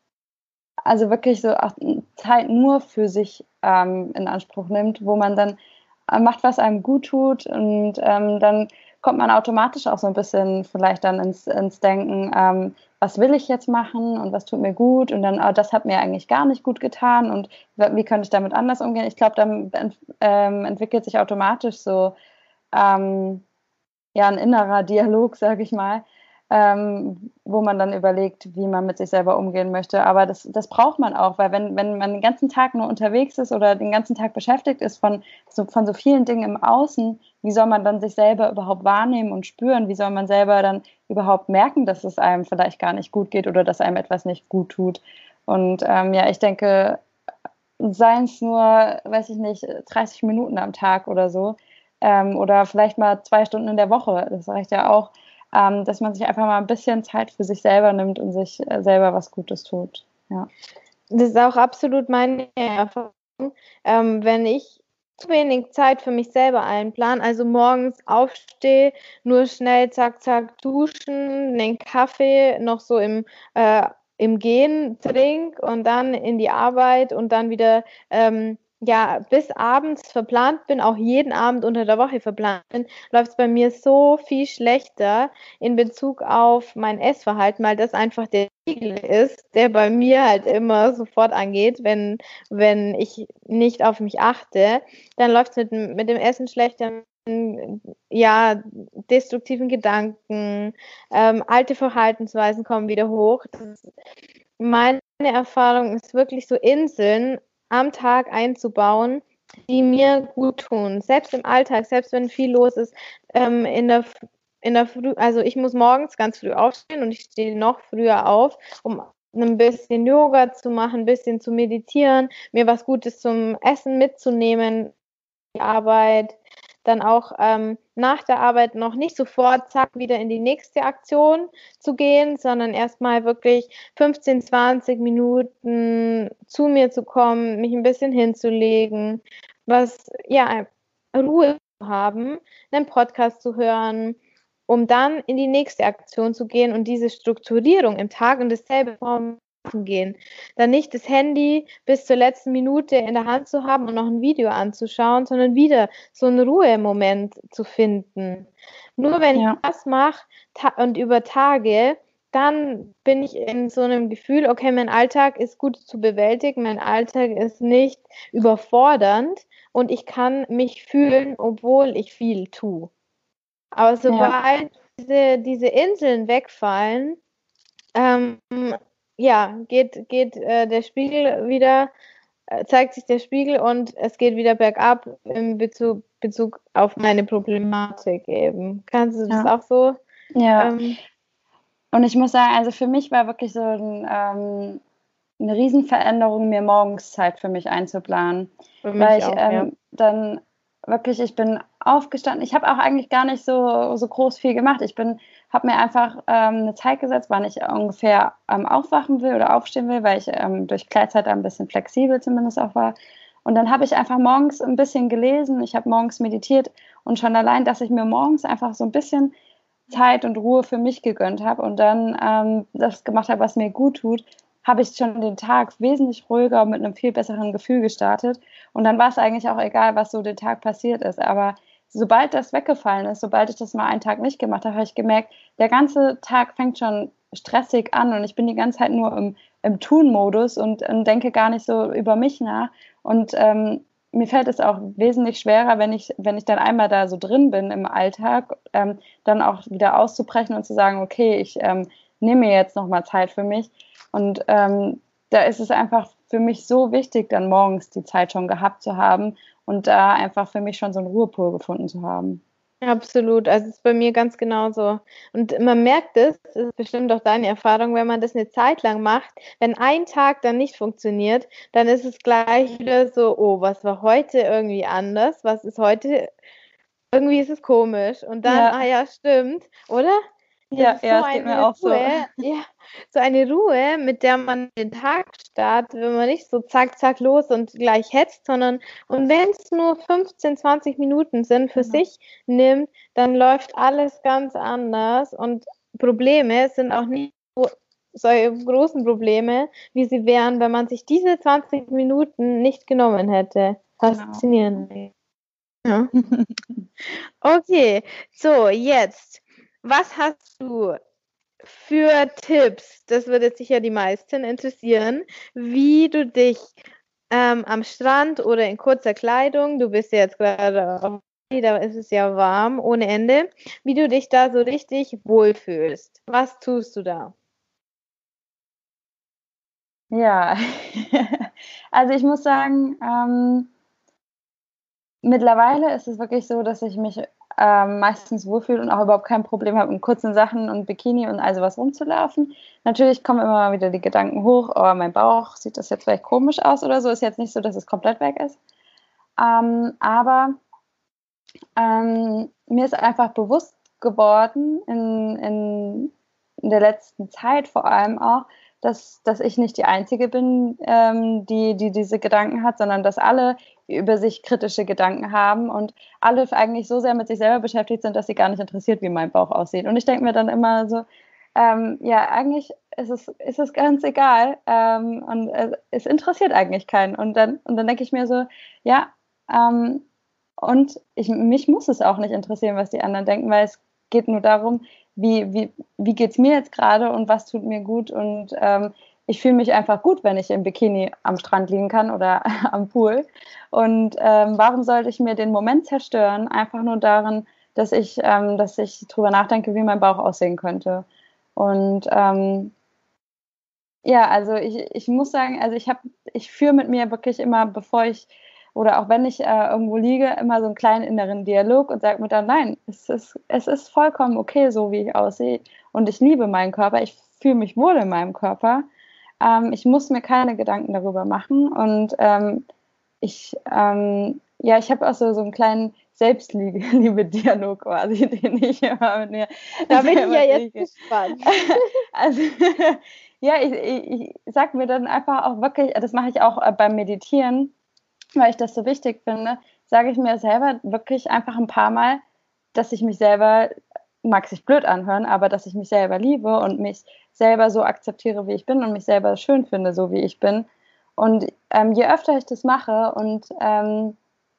Speaker 2: also wirklich so auch Zeit nur für sich ähm, in Anspruch nimmt, wo man dann äh, macht, was einem gut tut und ähm, dann kommt man automatisch auch so ein bisschen vielleicht dann ins, ins Denken, ähm, was will ich jetzt machen und was tut mir gut und dann, oh, das hat mir eigentlich gar nicht gut getan und wie könnte ich damit anders umgehen? Ich glaube, dann ähm, entwickelt sich automatisch so ähm, ja, ein innerer Dialog, sage ich mal, ähm, wo man dann überlegt, wie man mit sich selber umgehen möchte. Aber das, das braucht man auch, weil wenn, wenn man den ganzen Tag nur unterwegs ist oder den ganzen Tag beschäftigt ist von so, von so vielen Dingen im Außen, wie soll man dann sich selber überhaupt wahrnehmen und spüren? Wie soll man selber dann überhaupt merken, dass es einem vielleicht gar nicht gut geht oder dass einem etwas nicht gut tut? Und ähm, ja, ich denke, seien es nur, weiß ich nicht, dreißig Minuten am Tag oder so, ähm, oder vielleicht mal zwei Stunden in der Woche, das reicht ja auch, ähm, dass man sich einfach mal ein bisschen Zeit für sich selber nimmt und sich äh, selber was Gutes tut. Ja.
Speaker 1: Das ist auch absolut meine Erfahrung. Ähm, wenn ich zu wenig Zeit für mich selber einplan, also morgens aufstehe, nur schnell zack, zack duschen, den Kaffee noch so im, äh, im Gehen trink und dann in die Arbeit und dann wieder ähm, ja, bis abends verplant bin, auch jeden Abend unter der Woche verplant bin, läuft es bei mir so viel schlechter in Bezug auf mein Essverhalten, weil das einfach der Spiegel ist, der bei mir halt immer sofort angeht, wenn, wenn ich nicht auf mich achte, dann läuft es mit, mit dem Essen schlechter, ja, destruktiven Gedanken, ähm, alte Verhaltensweisen kommen wieder hoch. Das, meine Erfahrung ist wirklich so Inseln am Tag einzubauen, die mir gut tun. Selbst im Alltag, selbst wenn viel los ist, ähm, in der in der Früh, also ich muss morgens ganz früh aufstehen und ich stehe noch früher auf, um ein bisschen Yoga zu machen, ein bisschen zu meditieren, mir was Gutes zum Essen mitzunehmen, die Arbeit, dann auch ähm, nach der Arbeit noch nicht sofort zack wieder in die nächste Aktion zu gehen, sondern erstmal wirklich fünfzehn, zwanzig Minuten zu mir zu kommen, mich ein bisschen hinzulegen, was ja Ruhe zu haben, einen Podcast zu hören, um dann in die nächste Aktion zu gehen und diese Strukturierung im Tag und dasselbe vorm gehen. Dann nicht das Handy bis zur letzten Minute in der Hand zu haben und noch ein Video anzuschauen, sondern wieder so einen Ruhemoment zu finden. Nur wenn
Speaker 2: Ja.
Speaker 1: ich das mache und über Tage, dann bin ich in so einem Gefühl, okay, mein Alltag ist gut zu bewältigen, mein Alltag ist nicht überfordernd und ich kann mich fühlen, obwohl ich viel tue. Aber sobald ja. diese, diese Inseln wegfallen, ähm, ja, geht, geht äh, der Spiegel wieder, äh, zeigt sich der Spiegel und es geht wieder bergab in Bezug, Bezug auf meine Problematik eben. Kannst du das
Speaker 2: Ja.
Speaker 1: auch so?
Speaker 2: Ja.
Speaker 1: Ähm,
Speaker 2: und ich muss sagen, also für mich war wirklich so ein, ähm, eine Riesenveränderung, mir morgens Zeit für mich einzuplanen.
Speaker 1: für
Speaker 2: Weil
Speaker 1: mich
Speaker 2: ich
Speaker 1: auch,
Speaker 2: ähm,
Speaker 1: ja.
Speaker 2: dann wirklich, ich bin aufgestanden. Ich habe auch eigentlich gar nicht so, so groß viel gemacht. Ich bin, habe mir einfach ähm, eine Zeit gesetzt, wann ich ungefähr ähm, aufwachen will oder aufstehen will, weil ich ähm, durch Gleitzeit ein bisschen flexibel zumindest auch war. Und dann habe ich einfach morgens ein bisschen gelesen. Ich habe morgens meditiert und schon allein, dass ich mir morgens einfach so ein bisschen Zeit und Ruhe für mich gegönnt habe und dann ähm, das gemacht habe, was mir gut tut, habe ich schon den Tag wesentlich ruhiger und mit einem viel besseren Gefühl gestartet. Und dann war es eigentlich auch egal, was so den Tag passiert ist. Aber sobald das weggefallen ist, sobald ich das mal einen Tag nicht gemacht habe, habe ich gemerkt, der ganze Tag fängt schon stressig an und ich bin die ganze Zeit nur im, im Tun-Modus und, und denke gar nicht so über mich nach. Und ähm, mir fällt es auch wesentlich schwerer, wenn ich, wenn ich dann einmal da so drin bin im Alltag, ähm, dann auch wieder auszubrechen und zu sagen, okay, ich ähm, nehme mir jetzt nochmal Zeit für mich. Und ähm, da ist es einfach für mich so wichtig, dann morgens die Zeit schon gehabt zu haben und da einfach für mich schon so einen Ruhepol gefunden zu haben.
Speaker 1: Absolut, also es ist bei mir ganz genauso. Und man merkt es, das ist bestimmt auch deine Erfahrung, wenn man das eine Zeit lang macht, wenn ein Tag dann nicht funktioniert, dann ist es gleich wieder so, oh, was war heute irgendwie anders? Was ist heute, irgendwie ist es komisch. Und dann,
Speaker 2: Ja,
Speaker 1: ah ja, stimmt, oder? Das
Speaker 2: ja,
Speaker 1: ist
Speaker 2: ja,
Speaker 1: so
Speaker 2: es geht mir
Speaker 1: eine
Speaker 2: auch so.
Speaker 1: Ruhe, ja, so eine Ruhe, mit der man den Tag startet, wenn man nicht so zack, zack los und gleich hetzt, sondern und wenn es nur fünfzehn, zwanzig Minuten sind, für
Speaker 2: Genau.
Speaker 1: sich nimmt, dann läuft alles ganz anders und Probleme sind auch nicht so solche großen Probleme, wie sie wären, wenn man sich diese zwanzig Minuten nicht genommen hätte.
Speaker 2: Genau.
Speaker 1: Faszinierend. Ja. Okay, so jetzt, was hast du für Tipps? Das würde sicher die meisten interessieren, wie du dich ähm, am Strand oder in kurzer Kleidung, du bist ja jetzt gerade auf Bali, da ist es ja warm ohne Ende, wie du dich da so richtig wohlfühlst. Was tust du da?
Speaker 2: Ja, also ich muss sagen, ähm, mittlerweile ist es wirklich so, dass ich mich ähm, meistens wohlfühle und auch überhaupt kein Problem habe, in kurzen Sachen und Bikini und all sowas rumzulaufen. Natürlich kommen immer mal wieder die Gedanken hoch, oh, mein Bauch, sieht das jetzt vielleicht komisch aus oder so. Ist jetzt nicht so, dass es komplett weg ist. Ähm, aber ähm, mir ist einfach bewusst geworden in, in, in der letzten Zeit vor allem auch, dass, dass ich nicht die Einzige bin, ähm, die, die diese Gedanken hat, sondern dass alle über sich kritische Gedanken haben und alle eigentlich so sehr mit sich selber beschäftigt sind, dass sie gar nicht interessiert, wie mein Bauch aussieht. Und ich denke mir dann immer so, ähm, ja, eigentlich ist es, ist es ganz egal ähm, und äh, es interessiert eigentlich keinen. Und dann, und dann denke ich mir so, ja, ähm, und ich, mich muss es auch nicht interessieren, was die anderen denken, weil es geht nur darum, wie, wie, wie geht es mir jetzt gerade und was tut mir gut. Und ähm, ich fühle mich einfach gut, wenn ich im Bikini am Strand liegen kann oder am Pool. Und ähm, warum sollte ich mir den Moment zerstören, einfach nur darin, dass ich, ähm, dass ich drüber nachdenke, wie mein Bauch aussehen könnte. Und ähm, ja, also ich, ich muss sagen, also ich habe, ich führe mit mir wirklich immer, bevor ich oder auch wenn ich äh, irgendwo liege, immer so einen kleinen inneren Dialog und sage mir dann, nein, es ist, es ist vollkommen okay, so wie ich aussehe. Und ich liebe meinen Körper, ich fühle mich wohl in meinem Körper. Ähm, ich muss mir keine Gedanken darüber machen. Und ähm, ich, ähm, ja, ich habe auch so, so einen kleinen Selbstliebe-Dialog quasi, den ich immer mit mir
Speaker 1: Da bin ich ja
Speaker 2: selber
Speaker 1: jetzt
Speaker 2: kriege.
Speaker 1: gespannt.
Speaker 2: Also, ja, ich, ich, ich sage mir dann einfach auch wirklich, das mache ich auch äh, beim Meditieren, weil ich das so wichtig finde, sage ich mir selber wirklich einfach ein paar Mal, dass ich mich selber, mag sich blöd anhören, aber dass ich mich selber liebe und mich selber so akzeptiere, wie ich bin und mich selber schön finde, so wie ich bin. Und ähm, je öfter ich das mache und ähm,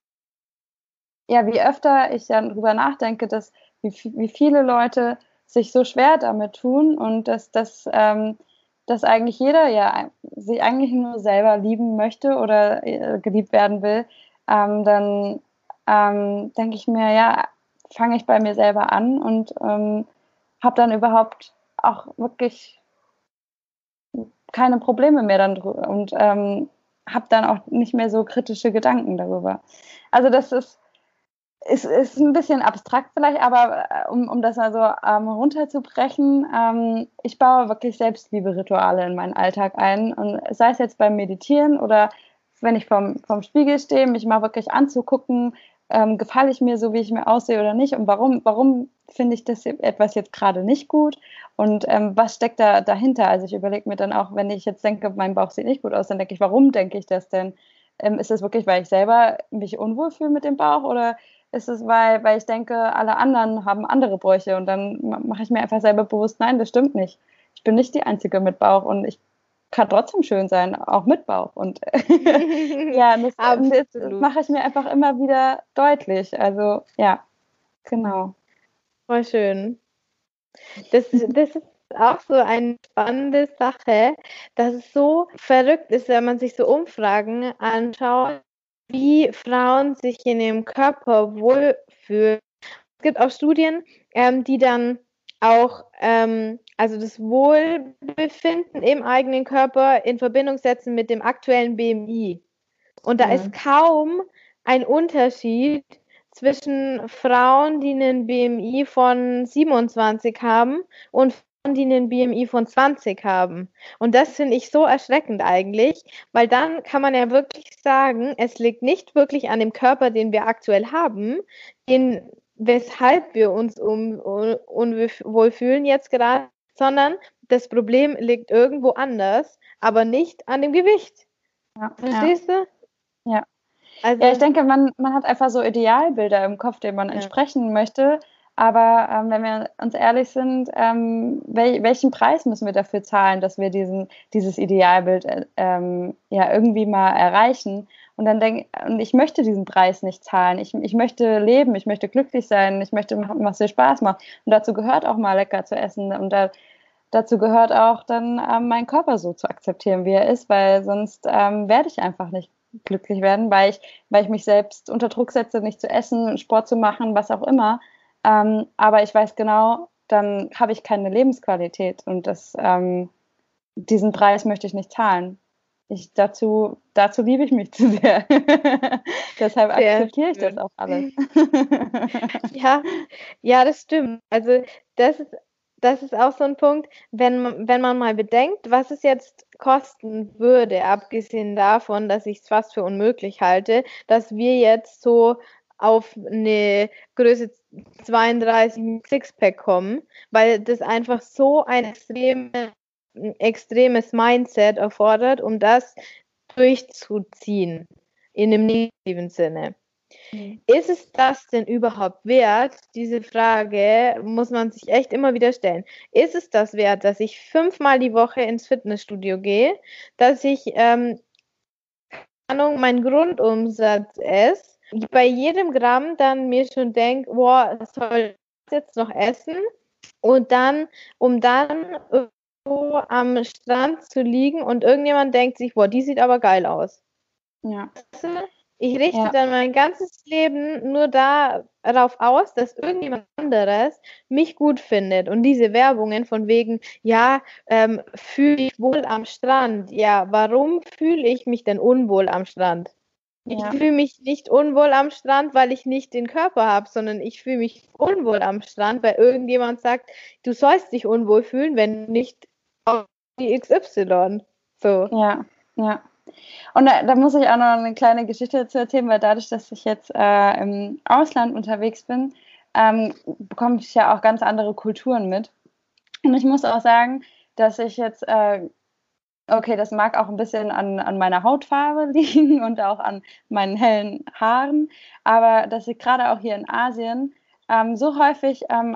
Speaker 2: ja, wie öfter ich dann drüber nachdenke, dass wie, wie viele Leute sich so schwer damit tun und dass, dass, ähm, dass eigentlich jeder ja sich eigentlich nur selber lieben möchte oder äh, geliebt werden will, ähm, dann ähm, denke ich mir, ja, fange ich bei mir selber an und ähm, habe dann überhaupt auch wirklich keine Probleme mehr dann drüber und ähm, habe dann auch nicht mehr so kritische Gedanken darüber. Also das ist es ist ein bisschen abstrakt vielleicht, aber äh, um, um das mal so ähm, runterzubrechen, ähm, ich baue wirklich Selbstliebe-Rituale in meinen Alltag ein. Und sei es jetzt beim Meditieren oder wenn ich vorm, vorm Spiegel stehe, mich mal wirklich anzugucken, ähm, gefalle ich mir so, wie ich mir aussehe oder nicht und warum, warum finde ich das etwas jetzt gerade nicht gut und ähm, was steckt da dahinter? Also ich überlege mir dann auch, wenn ich jetzt denke, mein Bauch sieht nicht gut aus, dann denke ich, warum denke ich das denn? Ähm, ist es wirklich, weil ich selber mich unwohl fühle mit dem Bauch oder ist es, weil, weil ich denke, alle anderen haben andere Bräuche und dann mache ich mir einfach selber bewusst, nein, das stimmt nicht. Ich bin nicht die Einzige mit Bauch und ich kann trotzdem schön sein, auch mit Bauch. Und ja, das, das, das
Speaker 1: Absolut.
Speaker 2: mache ich mir einfach immer wieder deutlich. Also ja, genau.
Speaker 1: Voll schön. Das, das ist auch so eine spannende Sache, dass es so verrückt ist, wenn man sich so Umfragen anschaut, wie Frauen sich in ihrem Körper wohlfühlen. Es gibt auch Studien, ähm, die dann auch ähm, also das Wohlbefinden im eigenen Körper in Verbindung setzen mit dem aktuellen B M I. Und da
Speaker 2: Mhm.
Speaker 1: ist kaum ein Unterschied zwischen Frauen, die einen B M I von siebenundzwanzig haben und Frauen, die einen B M I von zwanzig haben. Und das finde ich so erschreckend eigentlich, weil dann kann man ja wirklich sagen, es liegt nicht wirklich an dem Körper, den wir aktuell haben, den, weshalb wir uns um, un, unwohl fühlen jetzt gerade, sondern das Problem liegt irgendwo anders, aber nicht an dem Gewicht.
Speaker 2: Ja,
Speaker 1: Verstehst
Speaker 2: ja,
Speaker 1: du?
Speaker 2: ja.
Speaker 1: Also,
Speaker 2: Ja, ich denke, man, man hat einfach so Idealbilder im Kopf, denen man
Speaker 1: ja.
Speaker 2: entsprechen möchte. Aber ähm, wenn wir uns ehrlich sind, ähm, wel welchen Preis müssen wir dafür zahlen, dass wir diesen, dieses Idealbild äh, ähm, ja irgendwie mal erreichen? Und dann denke und ich möchte diesen Preis nicht zahlen. Ich, ich möchte leben, ich möchte glücklich sein, ich möchte machen, was dir Spaß macht. Und dazu gehört auch mal lecker zu essen. Und da, dazu gehört auch dann ähm, meinen Körper so zu akzeptieren, wie er ist, weil sonst ähm, werde ich einfach nicht glücklich werden, weil ich, weil ich mich selbst unter Druck setze, nicht zu essen, Sport zu machen, was auch immer. Ähm, aber ich weiß genau, dann habe ich keine Lebensqualität und das, ähm, diesen Preis möchte ich nicht zahlen. Ich, dazu, dazu liebe ich mich zu sehr. Deshalb
Speaker 1: Sehr
Speaker 2: akzeptiere ich das
Speaker 1: schön.
Speaker 2: auch alles.
Speaker 1: Ja, ja, das stimmt. Also das ist, das ist auch so ein Punkt, wenn, man- wenn man mal bedenkt, was es jetzt kosten würde, abgesehen davon, dass ich es fast für unmöglich halte, dass wir jetzt so auf eine Größe zweiunddreißig mit Sixpack kommen, weil das einfach so ein extreme, ein extremes Mindset erfordert, um das durchzuziehen, in einem negativen Sinne.
Speaker 2: Mhm.
Speaker 1: Ist es das denn überhaupt wert? Diese Frage muss man sich echt immer wieder stellen. Ist es das wert, dass ich fünfmal die Woche ins Fitnessstudio gehe, dass ich, ähm, Ahnung, mein Grundumsatz ist, bei jedem Gramm dann mir schon denke, boah, soll ich jetzt noch essen? Und dann, um dann irgendwo am Strand zu liegen und irgendjemand denkt sich, boah, die sieht aber geil aus.
Speaker 2: Ja,
Speaker 1: Ich richte
Speaker 2: ja,
Speaker 1: dann mein ganzes Leben nur darauf aus, dass irgendjemand anderes mich gut findet. Und diese Werbungen von wegen, ja, ähm, fühle ich wohl am Strand. Ja, warum fühle ich mich denn unwohl am Strand? Ich
Speaker 2: ja,
Speaker 1: fühle mich nicht unwohl am Strand, weil ich nicht den Körper habe, sondern ich fühle mich unwohl am Strand, weil irgendjemand sagt, du sollst dich unwohl fühlen, wenn nicht auf die X Y. So.
Speaker 2: ja, ja. Und da, da muss ich auch noch eine kleine Geschichte dazu erzählen, weil dadurch, dass ich jetzt äh, im Ausland unterwegs bin, ähm, bekomme ich ja auch ganz andere Kulturen mit. Und ich muss auch sagen, dass ich jetzt, äh, okay, das mag auch ein bisschen an, an meiner Hautfarbe liegen und auch an meinen hellen Haaren, aber dass ich gerade auch hier in Asien ähm, so häufig ähm,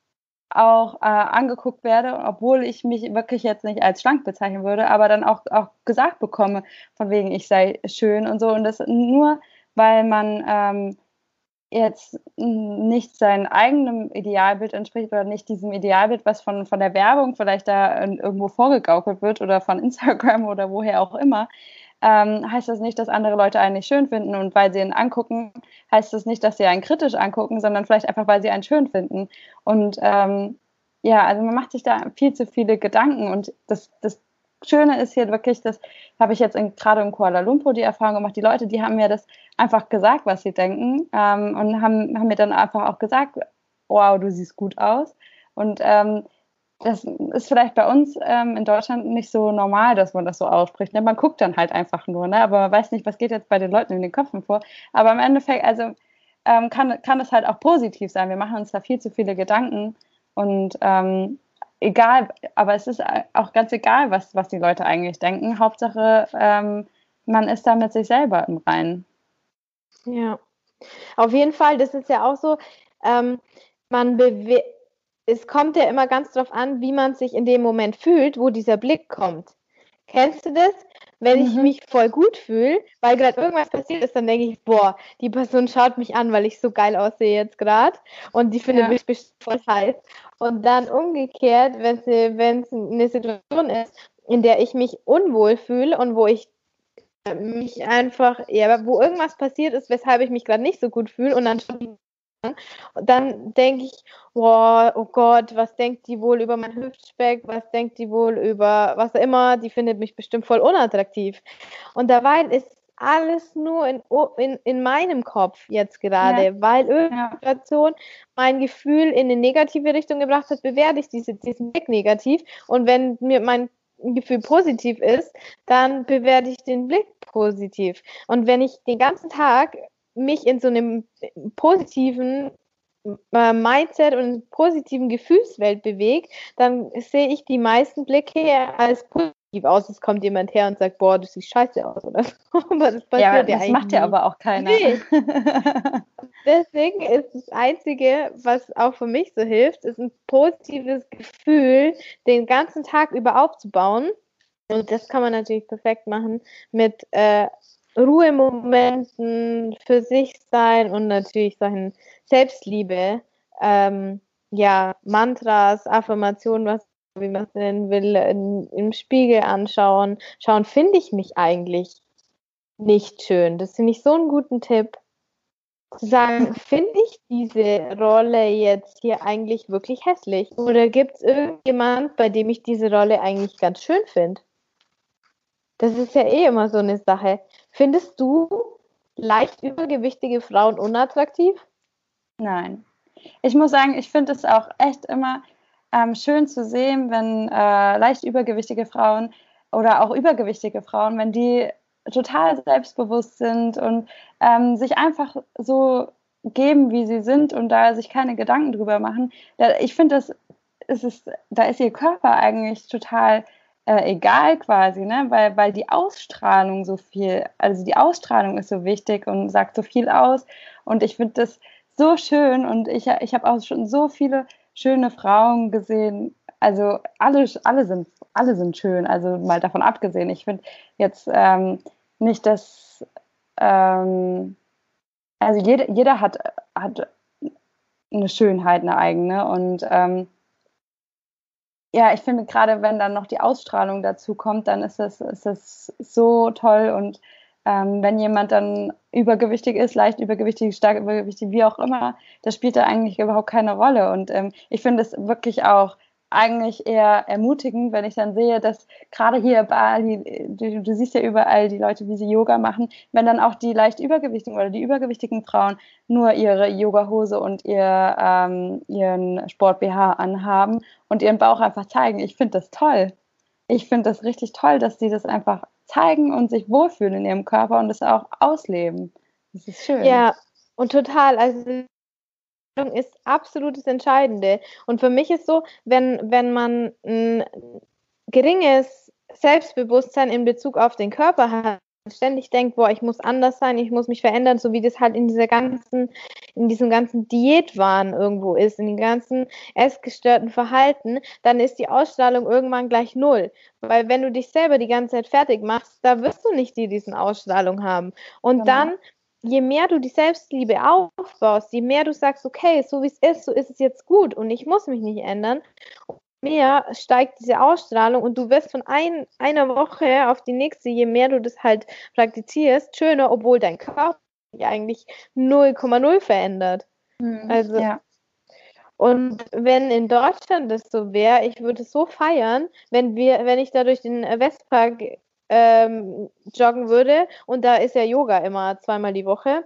Speaker 2: auch äh, angeguckt werde, obwohl ich mich wirklich jetzt nicht als schlank bezeichnen würde, aber dann auch, auch gesagt bekomme, von wegen ich sei schön und so. Und das nur, weil man ähm, jetzt nicht seinem eigenen Idealbild entspricht oder nicht diesem Idealbild, was von, von der Werbung vielleicht da irgendwo vorgegaukelt wird oder von Instagram oder woher auch immer, ähm, heißt das nicht, dass andere Leute einen nicht schön finden. Und weil sie ihn angucken, heißt das nicht, dass sie einen kritisch angucken, sondern vielleicht einfach, weil sie einen schön finden. Und ähm, ja, also man macht sich da viel zu viele Gedanken. Und das, das Schöne ist hier wirklich, das habe ich jetzt in, gerade in Kuala Lumpur die Erfahrung gemacht, die Leute, die haben mir das einfach gesagt, was sie denken ähm, und haben, haben mir dann einfach auch gesagt, wow, du siehst gut aus. Und ähm, das ist vielleicht bei uns ähm, in Deutschland nicht so normal, dass man das so ausspricht. Ne? Man guckt dann halt einfach nur, ne? Aber man weiß nicht, was geht jetzt bei den Leuten in den Köpfen vor. Aber im Endeffekt, also ähm, kann, kann das halt auch positiv sein. Wir machen uns da viel zu viele Gedanken und ähm, egal, aber es ist auch ganz egal, was, was die Leute eigentlich denken. Hauptsache, ähm, man ist da mit sich selber im Reinen.
Speaker 1: Ja, auf jeden Fall, das ist ja auch so, ähm, man bewe es kommt ja immer ganz drauf an, wie man sich in dem Moment fühlt, wo dieser Blick kommt. Kennst du das? Wenn ich
Speaker 2: Mhm.
Speaker 1: mich voll gut fühle, weil gerade irgendwas passiert ist, dann denke ich, boah, die Person schaut mich an, weil ich so geil aussehe jetzt gerade und die findet
Speaker 2: Ja.
Speaker 1: mich bestimmt voll heiß. Und dann umgekehrt, wenn es eine Situation ist, in der ich mich unwohl fühle und wo ich mich einfach, ja, wo irgendwas passiert ist, weshalb ich mich gerade nicht so gut fühle und dann schon und dann denke ich, boah, oh Gott, was denkt die wohl über mein Hüftspeck, was denkt die wohl über was auch immer, die findet mich bestimmt voll unattraktiv. Und dabei ist alles nur in, in, in meinem Kopf jetzt gerade,
Speaker 2: Ja.
Speaker 1: weil irgendeine
Speaker 2: Ja.
Speaker 1: Situation mein Gefühl in eine negative Richtung gebracht hat, bewerte ich diese, diesen Blick negativ und wenn mir mein Gefühl positiv ist, dann bewerte ich den Blick positiv. Und wenn ich den ganzen Tag mich in so einem positiven äh, Mindset und positiven Gefühlswelt bewege, dann sehe ich die meisten Blicke als positiv aus. Es kommt jemand her und sagt, boah, du siehst scheiße aus, oder? Aber das passiert
Speaker 2: Ja,
Speaker 1: ja,
Speaker 2: das
Speaker 1: eigentlich
Speaker 2: macht ja
Speaker 1: nie.
Speaker 2: aber auch keiner.
Speaker 1: Nee. Deswegen ist das Einzige, was auch für mich so hilft, ist ein positives Gefühl den ganzen Tag über aufzubauen. Und das kann man natürlich perfekt machen mit äh, Ruhemomenten, für sich sein und natürlich solchen Selbstliebe, ähm, ja, Mantras, Affirmationen, was wie man es nennen will, in, im Spiegel anschauen. Schauen, finde ich mich eigentlich nicht schön. Das finde ich so einen guten Tipp. Zu sagen, finde ich diese Rolle jetzt hier eigentlich wirklich hässlich? Oder gibt es irgendjemand, bei dem ich diese Rolle eigentlich ganz schön finde? Das ist ja eh immer so eine Sache. Findest du leicht übergewichtige Frauen unattraktiv?
Speaker 2: Nein. Ich muss sagen, ich finde es auch echt immer ähm, schön zu sehen, wenn äh, leicht übergewichtige Frauen oder auch übergewichtige Frauen, wenn die total selbstbewusst sind und ähm, sich einfach so geben, wie sie sind und da sich keine Gedanken drüber machen. Da, ich finde, das ist es, da ist ihr Körper eigentlich total äh, egal quasi, ne? Weil, weil die Ausstrahlung so viel, also die Ausstrahlung ist so wichtig und sagt so viel aus. Und ich finde das so schön und ich, ich habe auch schon so viele schöne Frauen gesehen. Also alle, alle, sind, alle sind schön, also mal davon abgesehen. Ich finde jetzt ähm, nicht, dass ähm, also jeder, jeder hat, hat eine Schönheit, eine eigene. Und ähm, ja, ich finde gerade, wenn dann noch die Ausstrahlung dazu kommt, dann ist das, ist das so toll. Und ähm, wenn jemand dann übergewichtig ist, leicht übergewichtig, stark übergewichtig, wie auch immer, das spielt da eigentlich überhaupt keine Rolle. Und ähm, ich finde es wirklich auch eigentlich eher ermutigend, wenn ich dann sehe, dass gerade hier bei Bali, du, du siehst ja überall die Leute, wie sie Yoga machen, wenn dann auch die leicht übergewichtigen oder die übergewichtigen Frauen nur ihre Yogahose und ihr, ähm, ihren Sport-B H anhaben und ihren Bauch einfach zeigen. Ich finde das toll. Ich finde das richtig toll, dass sie das einfach zeigen und sich wohlfühlen in ihrem Körper und es auch ausleben. Das ist schön.
Speaker 1: Ja, und total. Also ist absolut das Entscheidende. Und für mich ist so, wenn, wenn man ein geringes Selbstbewusstsein in Bezug auf den Körper hat, ständig denkt, boah, ich muss anders sein, ich muss mich verändern, so wie das halt in dieser ganzen, in diesem ganzen Diätwahn irgendwo ist, in dem ganzen essgestörten Verhalten, dann ist die Ausstrahlung irgendwann gleich null. Weil wenn du dich selber die ganze Zeit fertig machst, da wirst du nicht die diesen Ausstrahlung haben. Und
Speaker 2: Genau.
Speaker 1: dann je mehr du die Selbstliebe aufbaust, je mehr du sagst, okay, so wie es ist, so ist es jetzt gut und ich muss mich nicht ändern, mehr steigt diese Ausstrahlung und du wirst von ein, einer Woche auf die nächste, je mehr du das halt praktizierst, schöner, obwohl dein Körper sich eigentlich null Komma null verändert.
Speaker 2: Mhm.
Speaker 1: Also,
Speaker 2: ja.
Speaker 1: Und wenn in Deutschland das so wäre, ich würde es so feiern, wenn wir, wenn ich da durch den Westpark ähm, joggen würde und da ist ja Yoga immer zweimal die Woche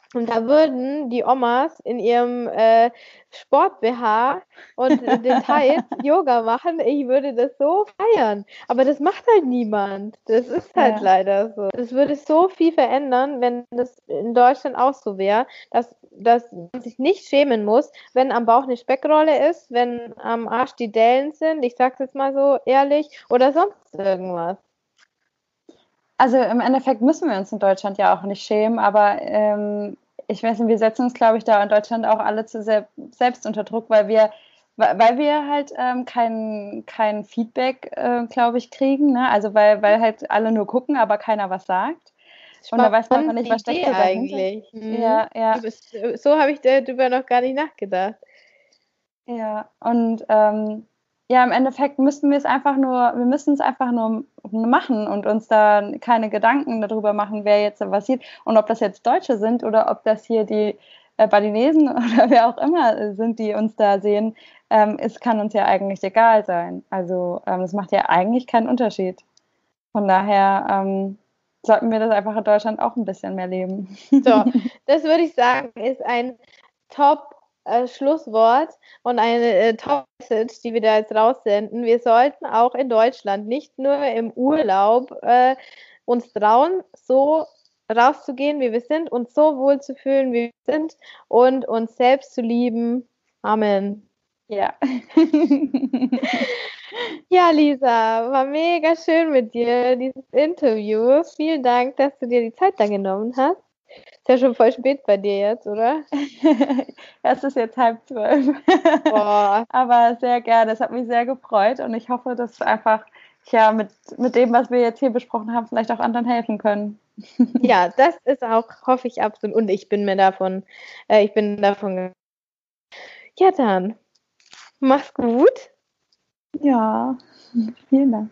Speaker 3: Und da würden die Omas in ihrem äh, Sport-B H und den Tights Yoga machen. Ich würde das so feiern. Aber das macht halt niemand. Das ist halt
Speaker 2: Ja.
Speaker 3: leider so. Das würde so viel verändern, wenn das in Deutschland auch so wäre, dass, dass man sich nicht schämen muss, wenn am Bauch eine Speckrolle ist, wenn am Arsch die Dellen sind, ich sag's jetzt mal so ehrlich, oder sonst irgendwas.
Speaker 2: Also im Endeffekt müssen wir uns in Deutschland ja auch nicht schämen, aber ähm, ich weiß nicht, wir setzen uns, glaube ich, da in Deutschland auch alle zu sehr, selbst unter Druck, weil wir, weil wir halt ähm, kein, kein Feedback, äh, glaube ich, kriegen. Ne? Also weil, weil halt alle nur gucken, aber keiner was sagt. Und da weiß man einfach nicht, was steckt da dahinter.
Speaker 3: Eigentlich. Mhm.
Speaker 2: Ja, ja.
Speaker 3: Bist, so habe ich darüber noch gar nicht nachgedacht.
Speaker 2: Ja, und ähm, ja, im Endeffekt müssten wir es einfach nur, wir müssen es einfach nur machen und uns da keine Gedanken darüber machen, wer jetzt was sieht und ob das jetzt Deutsche sind oder ob das hier die äh, Balinesen oder wer auch immer sind, die uns da sehen. Ähm, es kann uns ja eigentlich egal sein. Also ähm, es macht ja eigentlich keinen Unterschied. Von daher ähm, sollten wir das einfach in Deutschland auch ein bisschen mehr leben.
Speaker 3: So, das würde ich sagen, ist ein Top Äh, Schlusswort und eine äh, Top-Message, die wir da jetzt raussenden. Wir sollten auch in Deutschland nicht nur im Urlaub äh, uns trauen, so rauszugehen, wie wir sind, uns so wohl zu fühlen, wie wir sind und uns selbst zu lieben. Amen.
Speaker 2: Ja.
Speaker 3: Ja, Lisa, war mega schön mit dir, dieses Interview. Vielen Dank, dass du dir die Zeit da genommen hast. Ist ja schon voll spät bei dir jetzt, oder?
Speaker 2: Es ist jetzt halb zwölf.
Speaker 3: Boah.
Speaker 2: Aber sehr gerne. Es hat mich sehr gefreut und ich hoffe, dass einfach ja mit, mit dem, was wir jetzt hier besprochen haben, vielleicht auch anderen helfen können.
Speaker 3: Ja, das ist auch, hoffe ich absolut. Und ich bin mir davon, äh, ich bin davon. Ja, dann. Mach's gut.
Speaker 2: Ja, vielen Dank.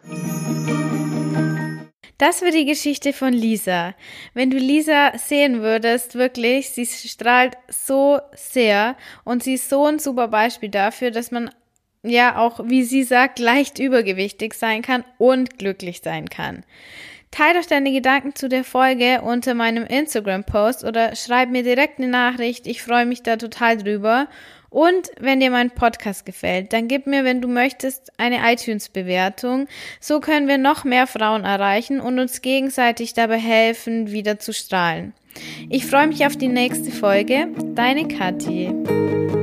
Speaker 1: Das war die Geschichte von Lisa. Wenn du Lisa sehen würdest, wirklich, sie strahlt so sehr und sie ist so ein super Beispiel dafür, dass man ja auch, wie sie sagt, leicht übergewichtig sein kann und glücklich sein kann. Teil doch deine Gedanken zu der Folge unter meinem Instagram-Post oder schreib mir direkt eine Nachricht. Ich freue mich da total drüber. Und wenn dir mein Podcast gefällt, dann gib mir, wenn du möchtest, eine iTunes-Bewertung. So können wir noch mehr Frauen erreichen und uns gegenseitig dabei helfen, wieder zu strahlen. Ich freue mich auf die nächste Folge. Deine Kathi.